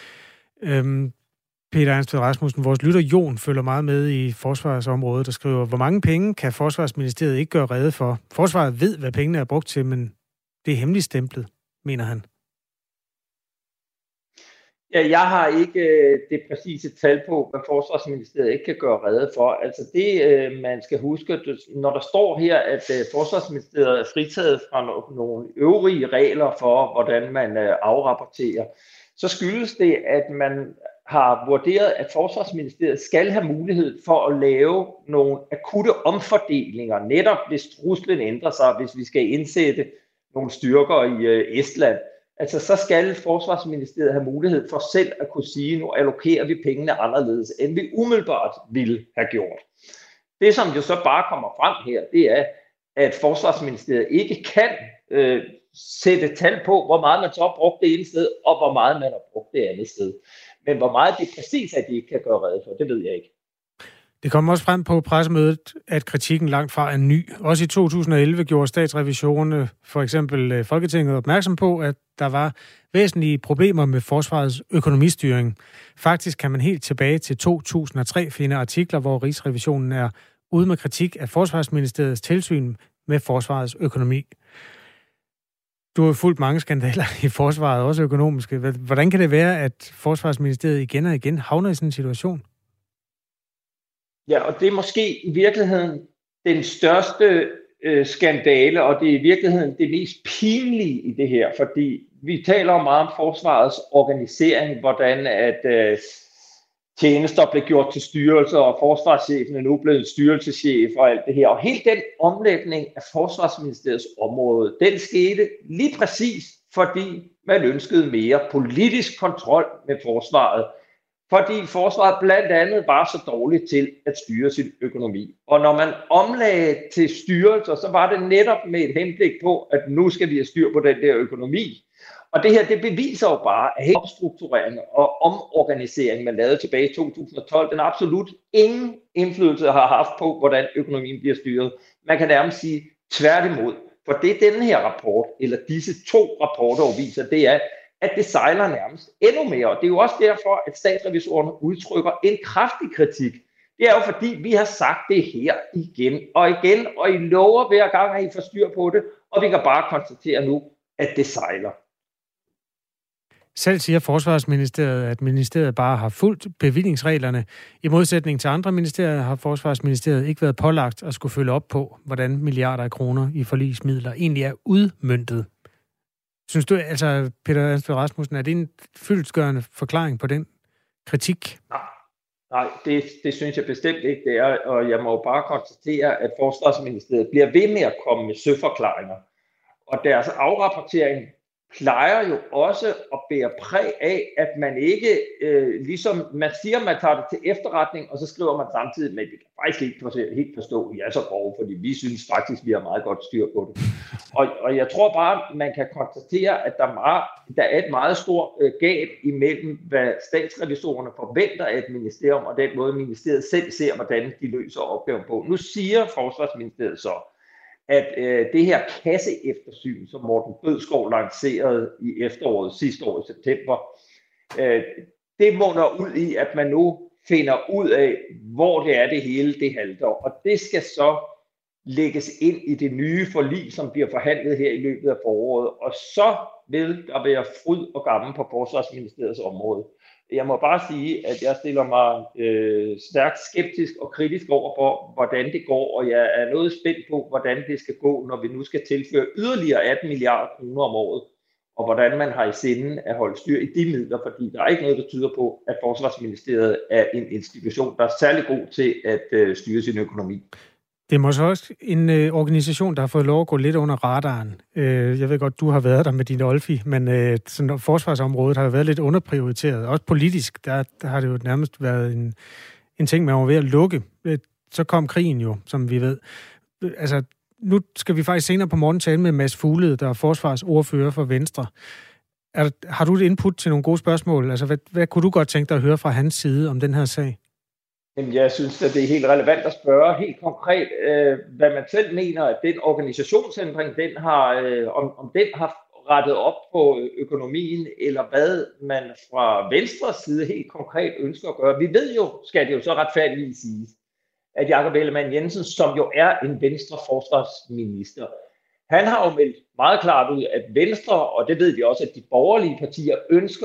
Peter Ernst Rasmussen, vores lytter Jon, følger meget med i forsvarsområdet og skriver, hvor mange penge kan Forsvarsministeriet ikke gøre rede for? Forsvaret ved, hvad pengene er brugt til, men det er hemmeligstemplet, mener han. Ja, jeg har ikke det præcise tal på, hvad Forsvarsministeriet ikke kan gøre rede for. Altså det, man skal huske, når der står her, at Forsvarsministeriet er fritaget fra nogle øvrige regler for, hvordan man afrapporterer, så skyldes det, at man har vurderet, at Forsvarsministeriet skal have mulighed for at lave nogle akutte omfordelinger, netop hvis truslen ændrer sig, hvis vi skal indsætte nogle styrker i Estland. Altså så skal Forsvarsministeriet have mulighed for selv at kunne sige, nu allokerer vi pengene anderledes, end vi umiddelbart ville have gjort. Det, som jo så bare kommer frem her, det er, at Forsvarsministeriet ikke kan sætte tal på, hvor meget man så har brugt det ene sted, og hvor meget man har brugt det andet sted. Men hvor meget det præcis er, de ikke kan gøre rede for, det ved jeg ikke. Det kom også frem på pressemødet, at kritikken langt fra er ny. Også i 2011 gjorde statsrevisorerne, for eksempel Folketinget, opmærksom på, at der var væsentlige problemer med forsvarets økonomistyring. Faktisk kan man helt tilbage til 2003 finde artikler, hvor Rigsrevisionen er ude med kritik af Forsvarsministeriets tilsyn med forsvarets økonomi. Du har fulgt mange skandaler i forsvaret, også økonomiske. Hvordan kan det være, at Forsvarsministeriet igen og igen havner i sådan en situation? Ja, og det er måske i virkeligheden den største skandale, og det er i virkeligheden det mest pinlige i det her, fordi vi taler jo meget om forsvarets organisering, hvordan at tjenester blev gjort til styrelser, og forsvarschefen er nu blevet styrelseschef og alt det her. Og hele den omlægning af Forsvarsministeriets område, den skete lige præcis, fordi man ønskede mere politisk kontrol med forsvaret. Fordi forsvaret blandt andet var så dårligt til at styre sin økonomi. Og når man omlagde til styrelser, så var det netop med et henblik på, at nu skal vi have styr på den der økonomi. Og det her, det beviser jo bare, at hele omstrukturering og omorganisering, man lavede tilbage i 2012, den absolut ingen indflydelse har haft på, hvordan økonomien bliver styret. Man kan nærmest sige tværtimod. For det denne her rapport, eller disse 2 rapporter viser, det er, at det sejler nærmest endnu mere. Og det er jo også derfor, at statsrevisorerne udtrykker en kraftig kritik. Det er jo fordi, vi har sagt det her igen og igen, og I lover hver gang, at I får styr på det, og vi kan bare konstatere nu, at det sejler. Selv siger Forsvarsministeriet, at ministeriet bare har fulgt bevillingsreglerne. I modsætning til andre ministerier har Forsvarsministeriet ikke været pålagt at skulle følge op på, hvordan milliarder af kroner i forligsmidler egentlig er udmøntet. Synes du, altså Peter Ansbøl Rasmussen, er det en fyldestgørende forklaring på den kritik? Nej, det synes jeg bestemt ikke, det er. Og jeg må bare konstatere, at Forsvarsministeriet bliver ved med at komme med søforklaringer. Og deres afrapportering plejer jo også at bære præg af, at man ikke, ligesom man siger, man tager det til efterretning, og så skriver man samtidig, men vi kan faktisk ikke helt forstå, at I er så grove, fordi vi synes faktisk, vi har meget godt styr på det. Og jeg tror bare, man kan konstatere, at der er et meget stort gab imellem, hvad statsrevisorerne forventer af et ministerium, og den måde, ministeriet selv ser, hvordan de løser opgaven på. Nu siger Forsvarsministeriet så, at det her kasseeftersyn, som Morten Bødskov lancerede i efteråret sidste år i september, det munder ud i, at man nu finder ud af, hvor det er det hele det halter. Og det skal så lægges ind i det nye forlig, som bliver forhandlet her i løbet af foråret. Og så vil der være fryd og gammel på Forsvarsministeriets område. Jeg må bare sige, at jeg stiller mig stærkt skeptisk og kritisk over for, hvordan det går, og jeg er noget spændt på, hvordan det skal gå, når vi nu skal tilføre yderligere 18 milliarder kroner om året, og hvordan man har i sinde at holde styr i de midler, fordi der er ikke noget, der tyder på, at Forsvarsministeriet er en institution, der er særlig god til at styre sin økonomi. Det er måske også en organisation, der har fået lov at gå lidt under radaren. Jeg ved godt, du har været der med din Olfi, men sådan, forsvarsområdet har jo været lidt underprioriteret. Også politisk, der har det jo nærmest været en ting, man var ved at lukke. Så kom krigen jo, som vi ved. Altså, nu skal vi faktisk senere på morgen tale med Mads Fuglede, der er forsvarsordfører for Venstre. Har du et input til nogle gode spørgsmål? Altså, hvad kunne du godt tænke dig at høre fra hans side om den her sag? Jamen, jeg synes, at det er helt relevant at spørge helt konkret, hvad man selv mener, at den organisationsændring, om den har rettet op på økonomien, eller hvad man fra Venstres side helt konkret ønsker at gøre. Vi ved jo, skal det jo så retfærdigt sige, at Jakob Ellemann-Jensen, som jo er en Venstre forsvarsminister, han har jo meldt meget klart ud, at Venstre, og det ved vi også, at de borgerlige partier ønsker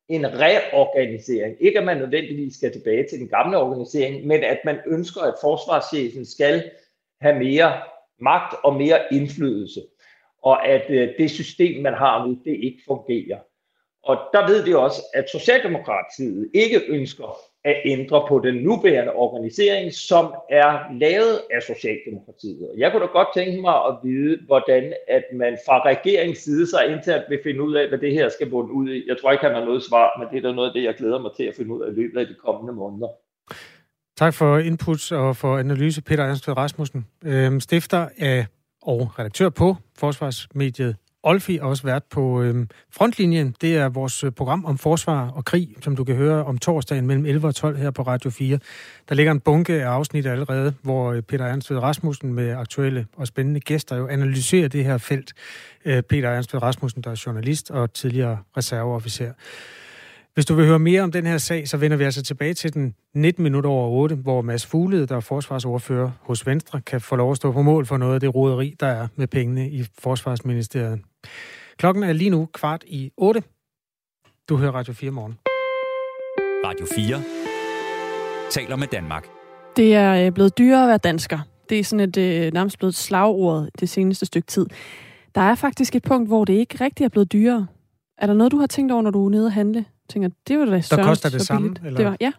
en reorganisering. Ikke at man nødvendigvis skal tilbage til den gamle organisering, men at man ønsker, at forsvarschefen skal have mere magt og mere indflydelse. Og at det system, man har nu, det ikke fungerer. Og der ved vi også, at Socialdemokratiet ikke ønsker at ændre på den nuværende organisering, som er lavet af Socialdemokratiet. Jeg kunne da godt tænke mig at vide, hvordan at man fra regeringens side så internt vil finde ud af, hvad det her skal bunde ud i. Jeg tror ikke, han har noget svar, men det er da noget af det, jeg glæder mig til at finde ud af i løbet af de kommende måneder. Tak for input og for analyse, Peter Ernstved Rasmussen, stifter af og redaktør på forsvarsmediet Olfi, også vært på Frontlinjen. Det er vores program om forsvar og krig, som du kan høre om torsdagen mellem 11 og 12 her på Radio 4. Der ligger en bunke af afsnit allerede, hvor Peter Ernstved Rasmussen med aktuelle og spændende gæster jo analyserer det her felt. Peter Ernstved Rasmussen, der er journalist og tidligere reserveofficer. Hvis du vil høre mere om den her sag, så vender vi altså tilbage til den 19 minutter over 8, hvor Mads Fuglede, der er forsvarsordfører hos Venstre, kan få lov at stå på mål for noget af det roderi, der er med pengene i Forsvarsministeriet. Klokken er lige nu 7:15. Du hører Radio 4 morgen. Radio 4 taler med Danmark. Det er blevet dyrere at være dansker. Det er sådan et nærmest blevet slagord det seneste stykke tid. Der er faktisk et punkt, hvor det ikke rigtig er blevet dyrere. Er der noget, du har tænkt over, når du er nede og handle? Tænker, det var da der koster det samme? Eller? Det var, ja.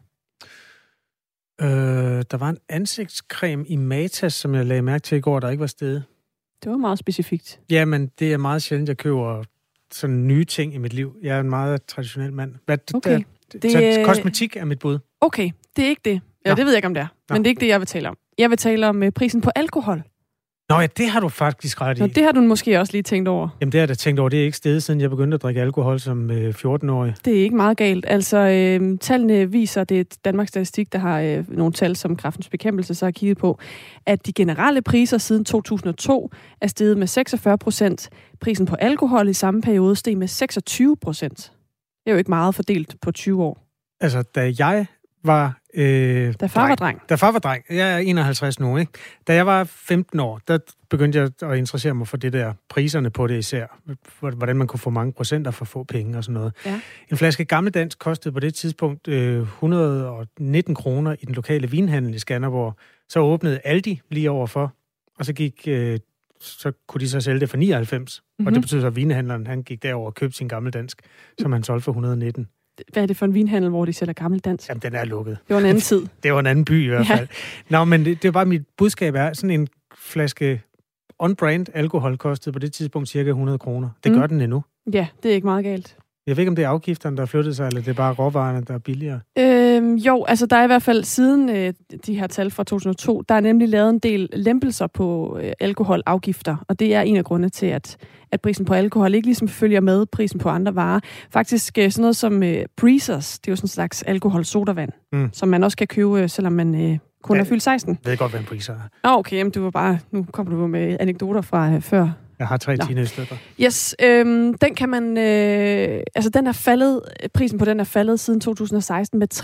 Der var en ansigtscreme i Matas, som jeg lagde mærke til i går, der ikke var steget. Det var meget specifikt. Ja, men det er meget sjældent, jeg køber sådan nye ting i mit liv. Jeg er en meget traditionel mand. Okay. Så kosmetik er mit bud. Okay, det er ikke det. Ja, det ved jeg ikke, om det er. Men det er ikke det, jeg vil tale om. Jeg vil tale om prisen på alkohol. Nå ja, det har du faktisk ret i. Nå, det har du måske også lige tænkt over. Jamen, det har jeg da tænkt over. Det er ikke steget, siden jeg begyndte at drikke alkohol som 14-årig. Det er ikke meget galt. Altså, tallene viser, det er Danmarks Statistik, der har nogle tal, som Kræftens Bekæmpelse så har kigget på, at de generelle priser siden 2002 er steget med 46%. Prisen på alkohol i samme periode steg med 26%. Det er jo ikke meget fordelt på 20 år. Altså, da jeg var... da far var dreng. Da far var dreng. Jeg er 51 nu, ikke? Da jeg var 15 år, der begyndte jeg at interessere mig for det der, priserne på det især. Hvordan man kunne få mange procenter for få penge og sådan noget. Ja. En flaske gammeldansk kostede på det tidspunkt 119 kroner i den lokale vinhandel i Skanderborg. Så åbnede Aldi lige overfor, og så kunne de så sælge det for 99. Og det betyder så, at vinhandleren han gik derover og købte sin gammeldansk, som han solgte for 119. Hvad er det for en vinhandel, hvor de sælger gammeldansk? Jamen, den er lukket. Det var en anden tid. Det var en anden by i hvert fald. Nå, men det er bare mit budskab er, sådan en flaske on-brand alkohol kostede på det tidspunkt cirka 100 kroner. Det gør den endnu. Ja, det er ikke meget galt. Jeg ved ikke, om det er afgifterne, der har flyttet sig, eller det er bare råvarerne, der er billigere. Jo, altså der er i hvert fald siden de her tal fra 2002, der er nemlig lavet en del lempelser på alkoholafgifter, og det er en af grundene til, at prisen på alkohol ikke ligesom følger med prisen på andre varer. Faktisk sådan noget som Breezers, det er jo sådan en slags alkoholsodavand, som man også kan købe, selvom man kun er fyldt 16. Jeg ved godt, hvad en Breezer er. Okay, men det var bare, nu kommer du med anekdoter fra før. Jeg har 3 teenage-støtter. Yes, den kan man... altså, den er faldet, prisen på den er faldet siden 2016 med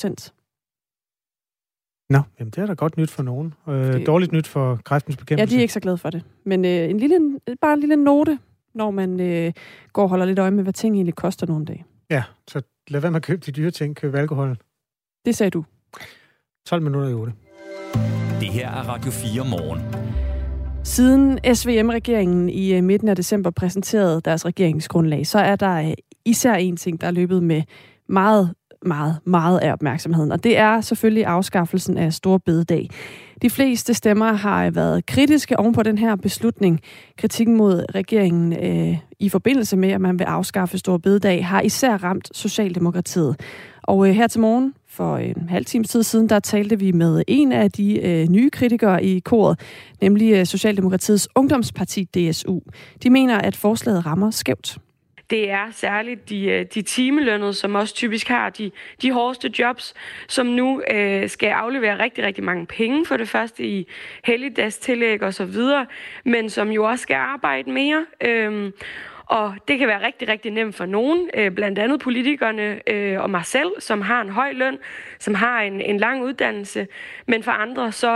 13%. Nå, jamen det er da godt nyt for nogen. Dårligt nyt for Kræftens Bekæmpelse. Ja, de er ikke så glade for det. Men bare en lille note, når man går og holder lidt øje med, hvad ting egentlig koster nogle dage. Ja, så lad være med at købe de dyre ting. Køb alkohol. Det sagde du. 12 minutter i 8. Det her er Radio 4 morgen. Siden SVM-regeringen i midten af december præsenterede deres regeringsgrundlag, så er der især en ting, der er løbet med meget af opmærksomheden, og det er selvfølgelig afskaffelsen af Store Bededag. De fleste stemmer har været kritiske oven på den her beslutning. Kritikken mod regeringen i forbindelse med, at man vil afskaffe Store Bededag, har især ramt Socialdemokratiet. Og her til morgen, for en halv times tid siden, der talte vi med en af de nye kritikere i koret, nemlig Socialdemokratiets ungdomsparti DSU. De mener, at forslaget rammer skævt. Det er særligt de timelønnede, som også typisk har de hårdeste jobs, som nu skal aflevere rigtig, rigtig mange penge for det første i helligdagstillæg og så videre, men som jo også skal arbejde mere. Og det kan være rigtig, rigtig nemt for nogen, blandt andet politikerne og mig selv, som har en høj løn, som har en lang uddannelse. Men for andre, så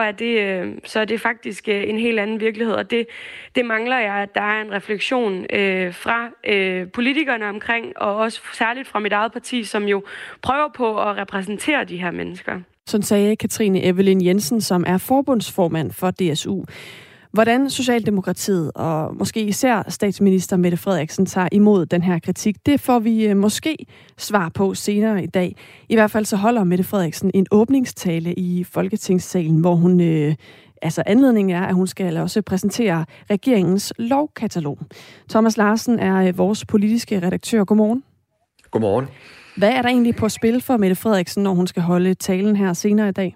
er det faktisk en helt anden virkelighed. Og det mangler jeg, at der er en refleksion fra politikerne omkring, og også særligt fra mit eget parti, som jo prøver på at repræsentere de her mennesker. Sådan sagde Katrine Evelyn Jensen, som er forbundsformand for DSU. Hvordan Socialdemokratiet og måske især statsminister Mette Frederiksen tager imod den her kritik, det får vi måske svar på senere i dag. I hvert fald så holder Mette Frederiksen en åbningstale i Folketingssalen, hvor hun anledningen er, at hun skal også præsentere regeringens lovkatalog. Thomas Larsen er vores politiske redaktør. Godmorgen. Godmorgen. Hvad er der egentlig på spil for Mette Frederiksen, når hun skal holde talen her senere i dag?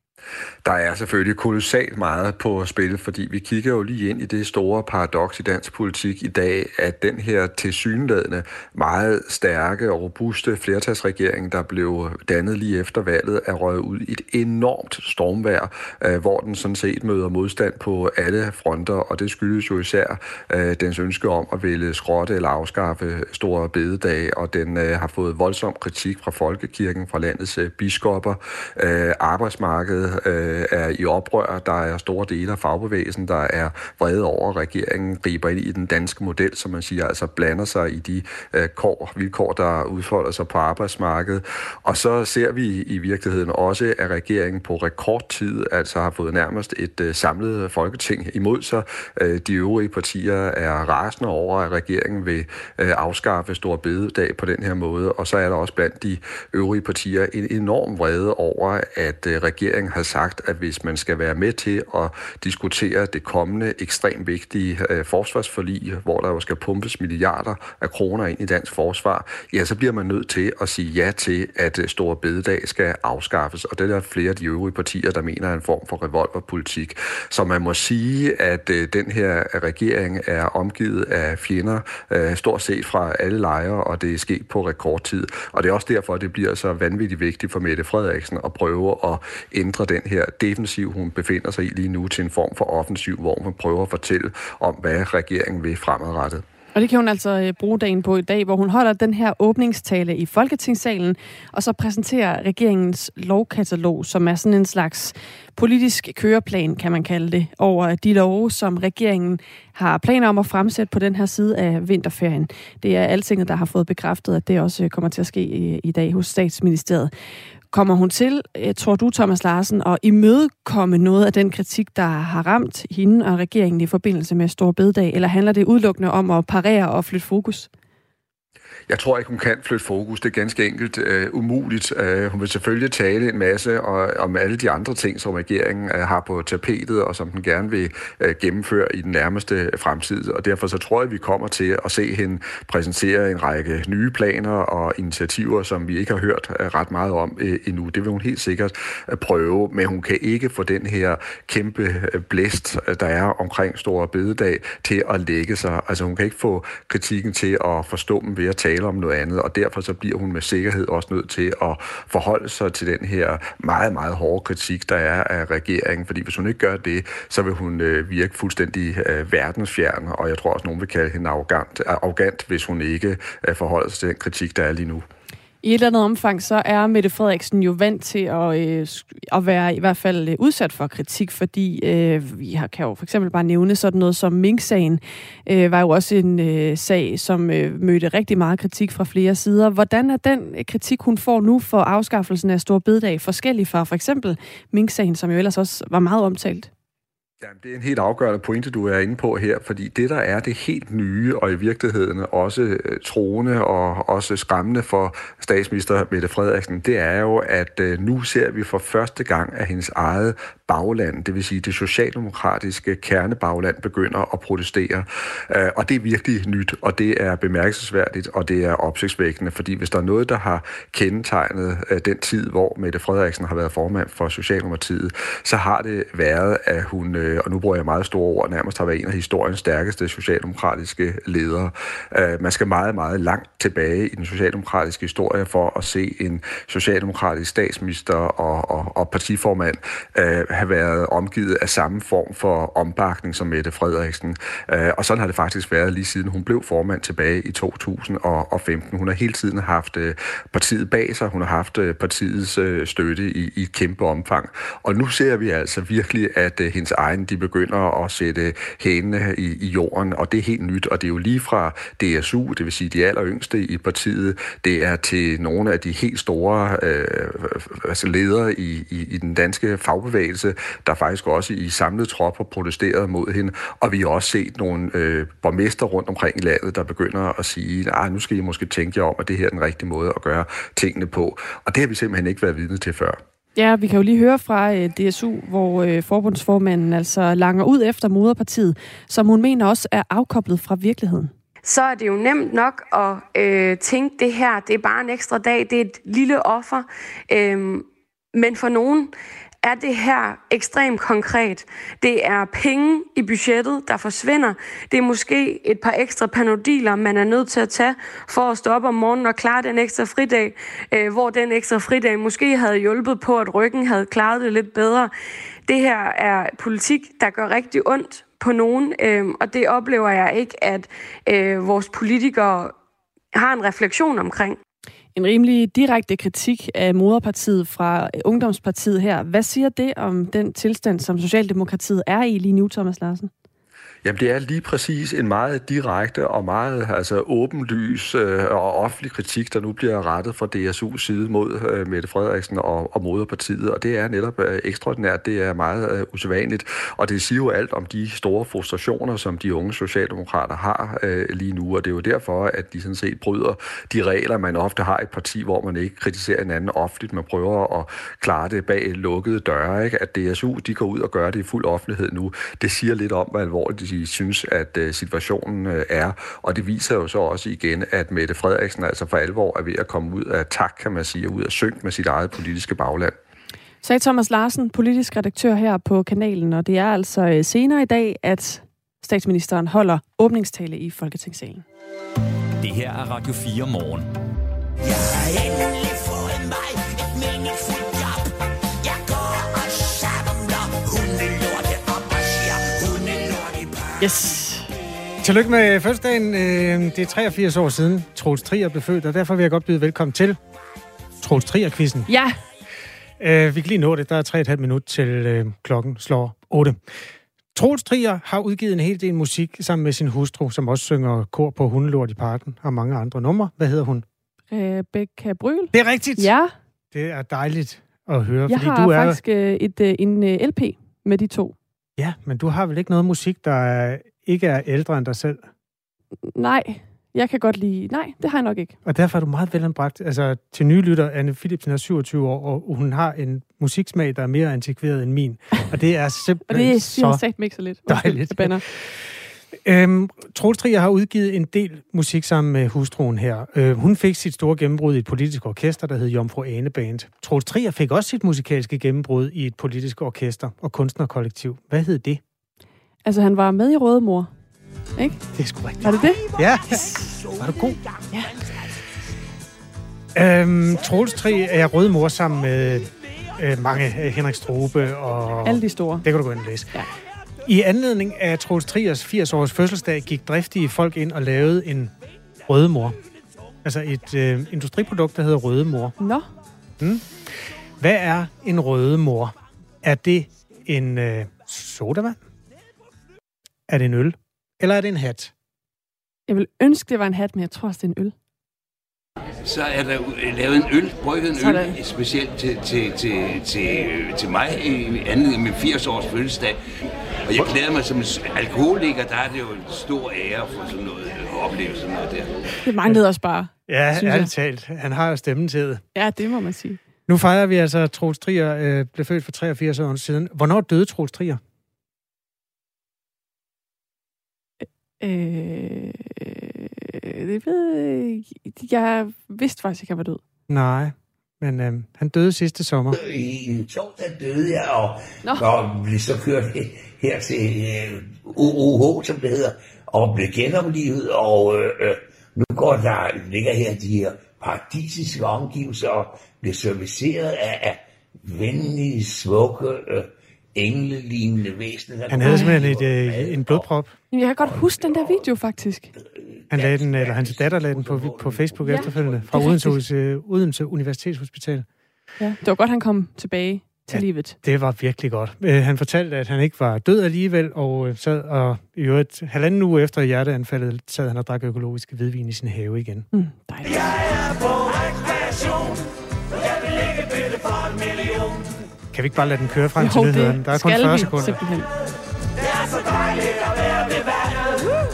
Der er selvfølgelig kolossalt meget på spil, fordi vi kigger jo lige ind i det store paradoks i dansk politik i dag, at den her tilsyneladende meget stærke og robuste flertalsregering, der blev dannet lige efter valget, er røget ud i et enormt stormvejr, hvor den sådan set møder modstand på alle fronter, og det skyldes jo især dens ønske om at ville skrotte eller afskaffe store bededage, og den har fået voldsom kritik fra folkekirken, fra landets biskopper, arbejdsmarkedet er i oprør. Der er store dele af fagbevægelsen, der er vrede over, at regeringen griber ind i den danske model, som man siger, altså blander sig i de vilkår, der udfolder sig på arbejdsmarkedet. Og så ser vi i virkeligheden også, at regeringen på rekordtid altså har fået nærmest et samlet folketing imod sig. De øvrige partier er rasende over, at regeringen vil afskaffe store bededag på den her måde, og så er der også blandt de øvrige partier en enorm vrede over, at regeringen har sagt, at hvis man skal være med til at diskutere det kommende ekstremt vigtige forsvarsforlig, hvor der jo skal pumpes milliarder af kroner ind i dansk forsvar, ja, så bliver man nødt til at sige ja til, at store bededag skal afskaffes. Og det er der flere af de øvrige partier, der mener er en form for revolverpolitik. Så man må sige, at den her regering er omgivet af fjender, stort set fra alle lejre, og det er sket på rekordtid. Og det er også derfor, at det bliver så vanvittigt vigtigt for Mette Frederiksen at prøve at ændre den her defensiv, hun befinder sig i lige nu, til en form for offensiv, hvor hun prøver at fortælle om, hvad regeringen vil fremadrettet. Og det kan hun altså bruge dagen på i dag, hvor hun holder den her åbningstale i Folketingssalen, og så præsenterer regeringens lovkatalog, som er sådan en slags politisk køreplan, kan man kalde det, over de love, som regeringen har planer om at fremsætte på den her side af vinterferien. Det er Altinget, der har fået bekræftet, at det også kommer til at ske i dag hos Statsministeriet. Kommer hun til, tror du, Thomas Larsen, at imødekomme noget af den kritik, der har ramt hende og regeringen i forbindelse med Store Bededag, eller handler det udelukkende om at parere og flytte fokus? Jeg tror ikke, hun kan flytte fokus. Det er ganske enkelt umuligt. Hun vil selvfølgelig tale en masse om alle de andre ting, som regeringen har på tapetet, og som den gerne vil gennemføre i den nærmeste fremtid. Og derfor så tror jeg, vi kommer til at se hende præsentere en række nye planer og initiativer, som vi ikke har hørt ret meget om endnu. Det vil hun helt sikkert prøve, men hun kan ikke få den her kæmpe blæst, der er omkring Store Bededag, til at lægge sig. Altså hun kan ikke få kritikken til at forstå dem ved at tale om noget andet, og derfor så bliver hun med sikkerhed også nødt til at forholde sig til den her meget, meget hårde kritik, der er af regeringen, fordi hvis hun ikke gør det, så vil hun virke fuldstændig verdensfjern, og jeg tror også, nogen vil kalde hende arrogant, hvis hun ikke forholder sig til den kritik, der er lige nu. I et eller andet omfang, så er Mette Frederiksen jo vant til at være i hvert fald udsat for kritik, fordi vi kan jo for eksempel bare nævne sådan noget som Mink-sagen, var jo også en sag, som mødte rigtig meget kritik fra flere sider. Hvordan er den kritik, hun får nu for afskaffelsen af Store Bededag, forskellig fra for eksempel Mink-sagen, som jo ellers også var meget omtalt? Jamen, det er en helt afgørende pointe, du er inde på her, fordi det, der er det helt nye, og i virkeligheden også troende og også skræmmende for statsminister Mette Frederiksen, det er jo, at nu ser vi for første gang, at hendes eget bagland, det vil sige det socialdemokratiske kernebagland, begynder at protestere. Og det er virkelig nyt, og det er bemærkelsesværdigt, og det er opsigtsvækkende, fordi hvis der er noget, der har kendetegnet den tid, hvor Mette Frederiksen har været formand for Socialdemokratiet, så har det været, at hun og nu bruger jeg meget store ord, nærmest har været en af historiens stærkeste socialdemokratiske ledere. Man skal meget, meget langt tilbage i den socialdemokratiske historie for at se en socialdemokratisk statsminister og partiformand have været omgivet af samme form for opbakning som Mette Frederiksen. Og sådan har det faktisk været lige siden hun blev formand tilbage i 2015. Hun har hele tiden haft partiet bag sig, hun har haft partiets støtte i et kæmpe omfang. Og nu ser vi altså virkelig, at hendes egen, de begynder at sætte hælene i jorden, og det er helt nyt, og det er jo lige fra DSU, det vil sige de alleryngste i partiet, det er til nogle af de helt store ledere i den danske fagbevægelse, der faktisk også i samlet trop har protesteret mod hende, og vi har også set nogle borgmester rundt omkring i landet, der begynder at sige, nu skal I måske tænke jer om, at det her er den rigtige måde at gøre tingene på, og det har vi simpelthen ikke været vidne til før. Ja, vi kan jo lige høre fra DSU, hvor forbundsformanden altså langer ud efter moderpartiet, som hun mener også er afkoblet fra virkeligheden. Så er det jo nemt nok at tænke, det her, det er bare en ekstra dag, det er et lille offer. Men for nogen er det her ekstremt konkret. Det er penge i budgettet, der forsvinder. Det er måske et par ekstra panodiler, man er nødt til at tage for at stå op om morgenen og klare den ekstra fridag, hvor den ekstra fridag måske havde hjulpet på, at ryggen havde klaret det lidt bedre. Det her er politik, der gør rigtig ondt på nogen, og det oplever jeg ikke, at vores politikere har en refleksion omkring. En rimelig direkte kritik af moderpartiet fra Ungdomspartiet her. Hvad siger det om den tilstand, som Socialdemokratiet er i lige nu, Thomas Larsen? Jamen, det er lige præcis en meget direkte og meget åbenlys og offentlig kritik, der nu bliver rettet fra DSU's side mod Mette Frederiksen og moderpartiet, og det er netop ekstraordinært, det er meget usædvanligt, og det siger jo alt om de store frustrationer, som de unge socialdemokrater har lige nu, og det er jo derfor, at de sådan set bryder de regler, man ofte har i et parti, hvor man ikke kritiserer hinanden offentligt, man prøver at klare det bag lukkede døre, ikke? At DSU, de går ud og gør det i fuld offentlighed nu, det siger lidt om, hvor alvorligt de synes, at situationen er. Og det viser jo så også igen, at Mette Frederiksen altså for alvor er ved at komme ud af takt, kan man sige, ud af synk med sit eget politiske bagland. Sagde Thomas Larsen, politisk redaktør her på kanalen, og det er altså senere i dag, at statsministeren holder åbningstale i Folketingssalen. Det her er Radio 4 morgen. Yes. Tillykke med fødselsdagen. Det er 83 år siden Troels Trier blev født, og derfor vil jeg godt byde velkommen til Troels Trier-quizzen. Ja. Vi kan lige nå det. Der er 3,5 minut til klokken slår 8. Troels Trier har udgivet en hel del musik sammen med sin hustru, som også synger kor på Hundelort i Parken og mange andre numre. Hvad hedder hun? Rebecca Bryl. Det er rigtigt. Ja. Det er dejligt at høre. Jeg fordi har du er faktisk en LP med de to. Ja, men du har vel ikke noget musik, der ikke er ældre end dig selv? Nej, jeg kan godt lide... Nej, det har jeg nok ikke. Og derfor er du meget velanbragt. Altså, til nye lytter, Anne Philipsen er 27 år, og hun har en musiksmag, der er mere antikveret end min. Og det er simpelthen og det siger sagt mig ikke så lidt. Dejligt. Troels Trier har udgivet en del musik sammen med hustruen her. Hun fik sit store gennembrud i et politisk orkester, der hed Jomfru Ane Band. Troels Trier fik også sit musikalske gennembrud i et politisk orkester og kunstnerkollektiv. Hvad hed det? Altså, han var med i Røde Mor, ikke? Det er sgu rigtigt. Var det det? Ja. Var du god? Ja. Troels Trier er Røde Mor sammen med mange, Henrik Strube og... Alle de store. Det kan du gå ind og læse. Ja. I anledning af Troels Triers 80-års fødselsdag gik driftige folk ind og lavede en Røde Mor. Altså et industriprodukt, der hedder Røde Mor. Nå. Hvad er en Røde Mor? Er det en sodavand? Er det en øl? Eller er det en hat? Jeg vil ønske, det var en hat, men jeg tror også, det er en øl. Så er der lavet en øl, brygget en øl, specielt til mig i anledning med 80-års fødselsdag. Og jeg glæder mig som alkoholiker, der er det jo en stor ære for sådan noget, at opleve sådan noget der. Det manglede også bare. Ja, ærligt talt. Han har jo stemmen til det. Ja, det må man sige. Nu fejrer vi altså, at Troels Trier blev født for 83 år siden. Hvornår døde Troels Trier? Det ved jeg vidste faktisk ikke, han var død. Nej, men han døde sidste sommer. En torsdag døde jeg, og blev så kørt her til OOH, som det hedder, og blev genoplivet, og nu ligger her de her paradisiske omgivelser, og bliver serviceret af venlige, smukke, englelignende væsener. Han havde simpelthen en blodprop. Jeg kan godt huske den der video, faktisk. Hans datter lagde den på Facebook efterfølgende, fra Odense Universitetshospital. Ja, det var godt, han kom tilbage til livet. Det var virkelig godt. Han fortalte, at han ikke var død alligevel, og sad og i øvrigt 1,5 uge efter hjerteanfaldet, sad han og drak økologisk hvidvin i sin have igen. Dejligt. Kan vi ikke bare lade den køre frem til nyhederne? Der er kun 40 sekunder. Simpelthen. Det er så dejligt at være ved vandet.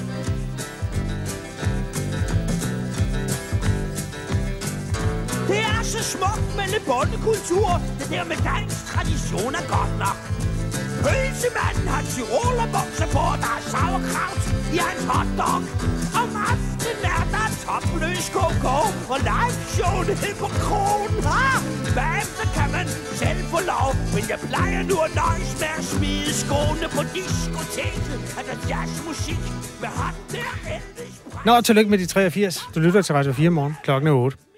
Det er så smukt med lidt bondekultur. Det der med dansk tradition er godt nok. Pølsemanden har tyrolerbukser på, der er sauerkraut i hans hotdog. Om aftenen er der topløs koko og live-show nede på kronen. Bagefter kan man selv få lov, men jeg plejer nu at nøjes med at smide skoene på diskoteket. Er der jazzmusik med hånden der Elvis? Nå, tillykke med de 83. Du lytter til Radio 4 morgen. Klokken er 8.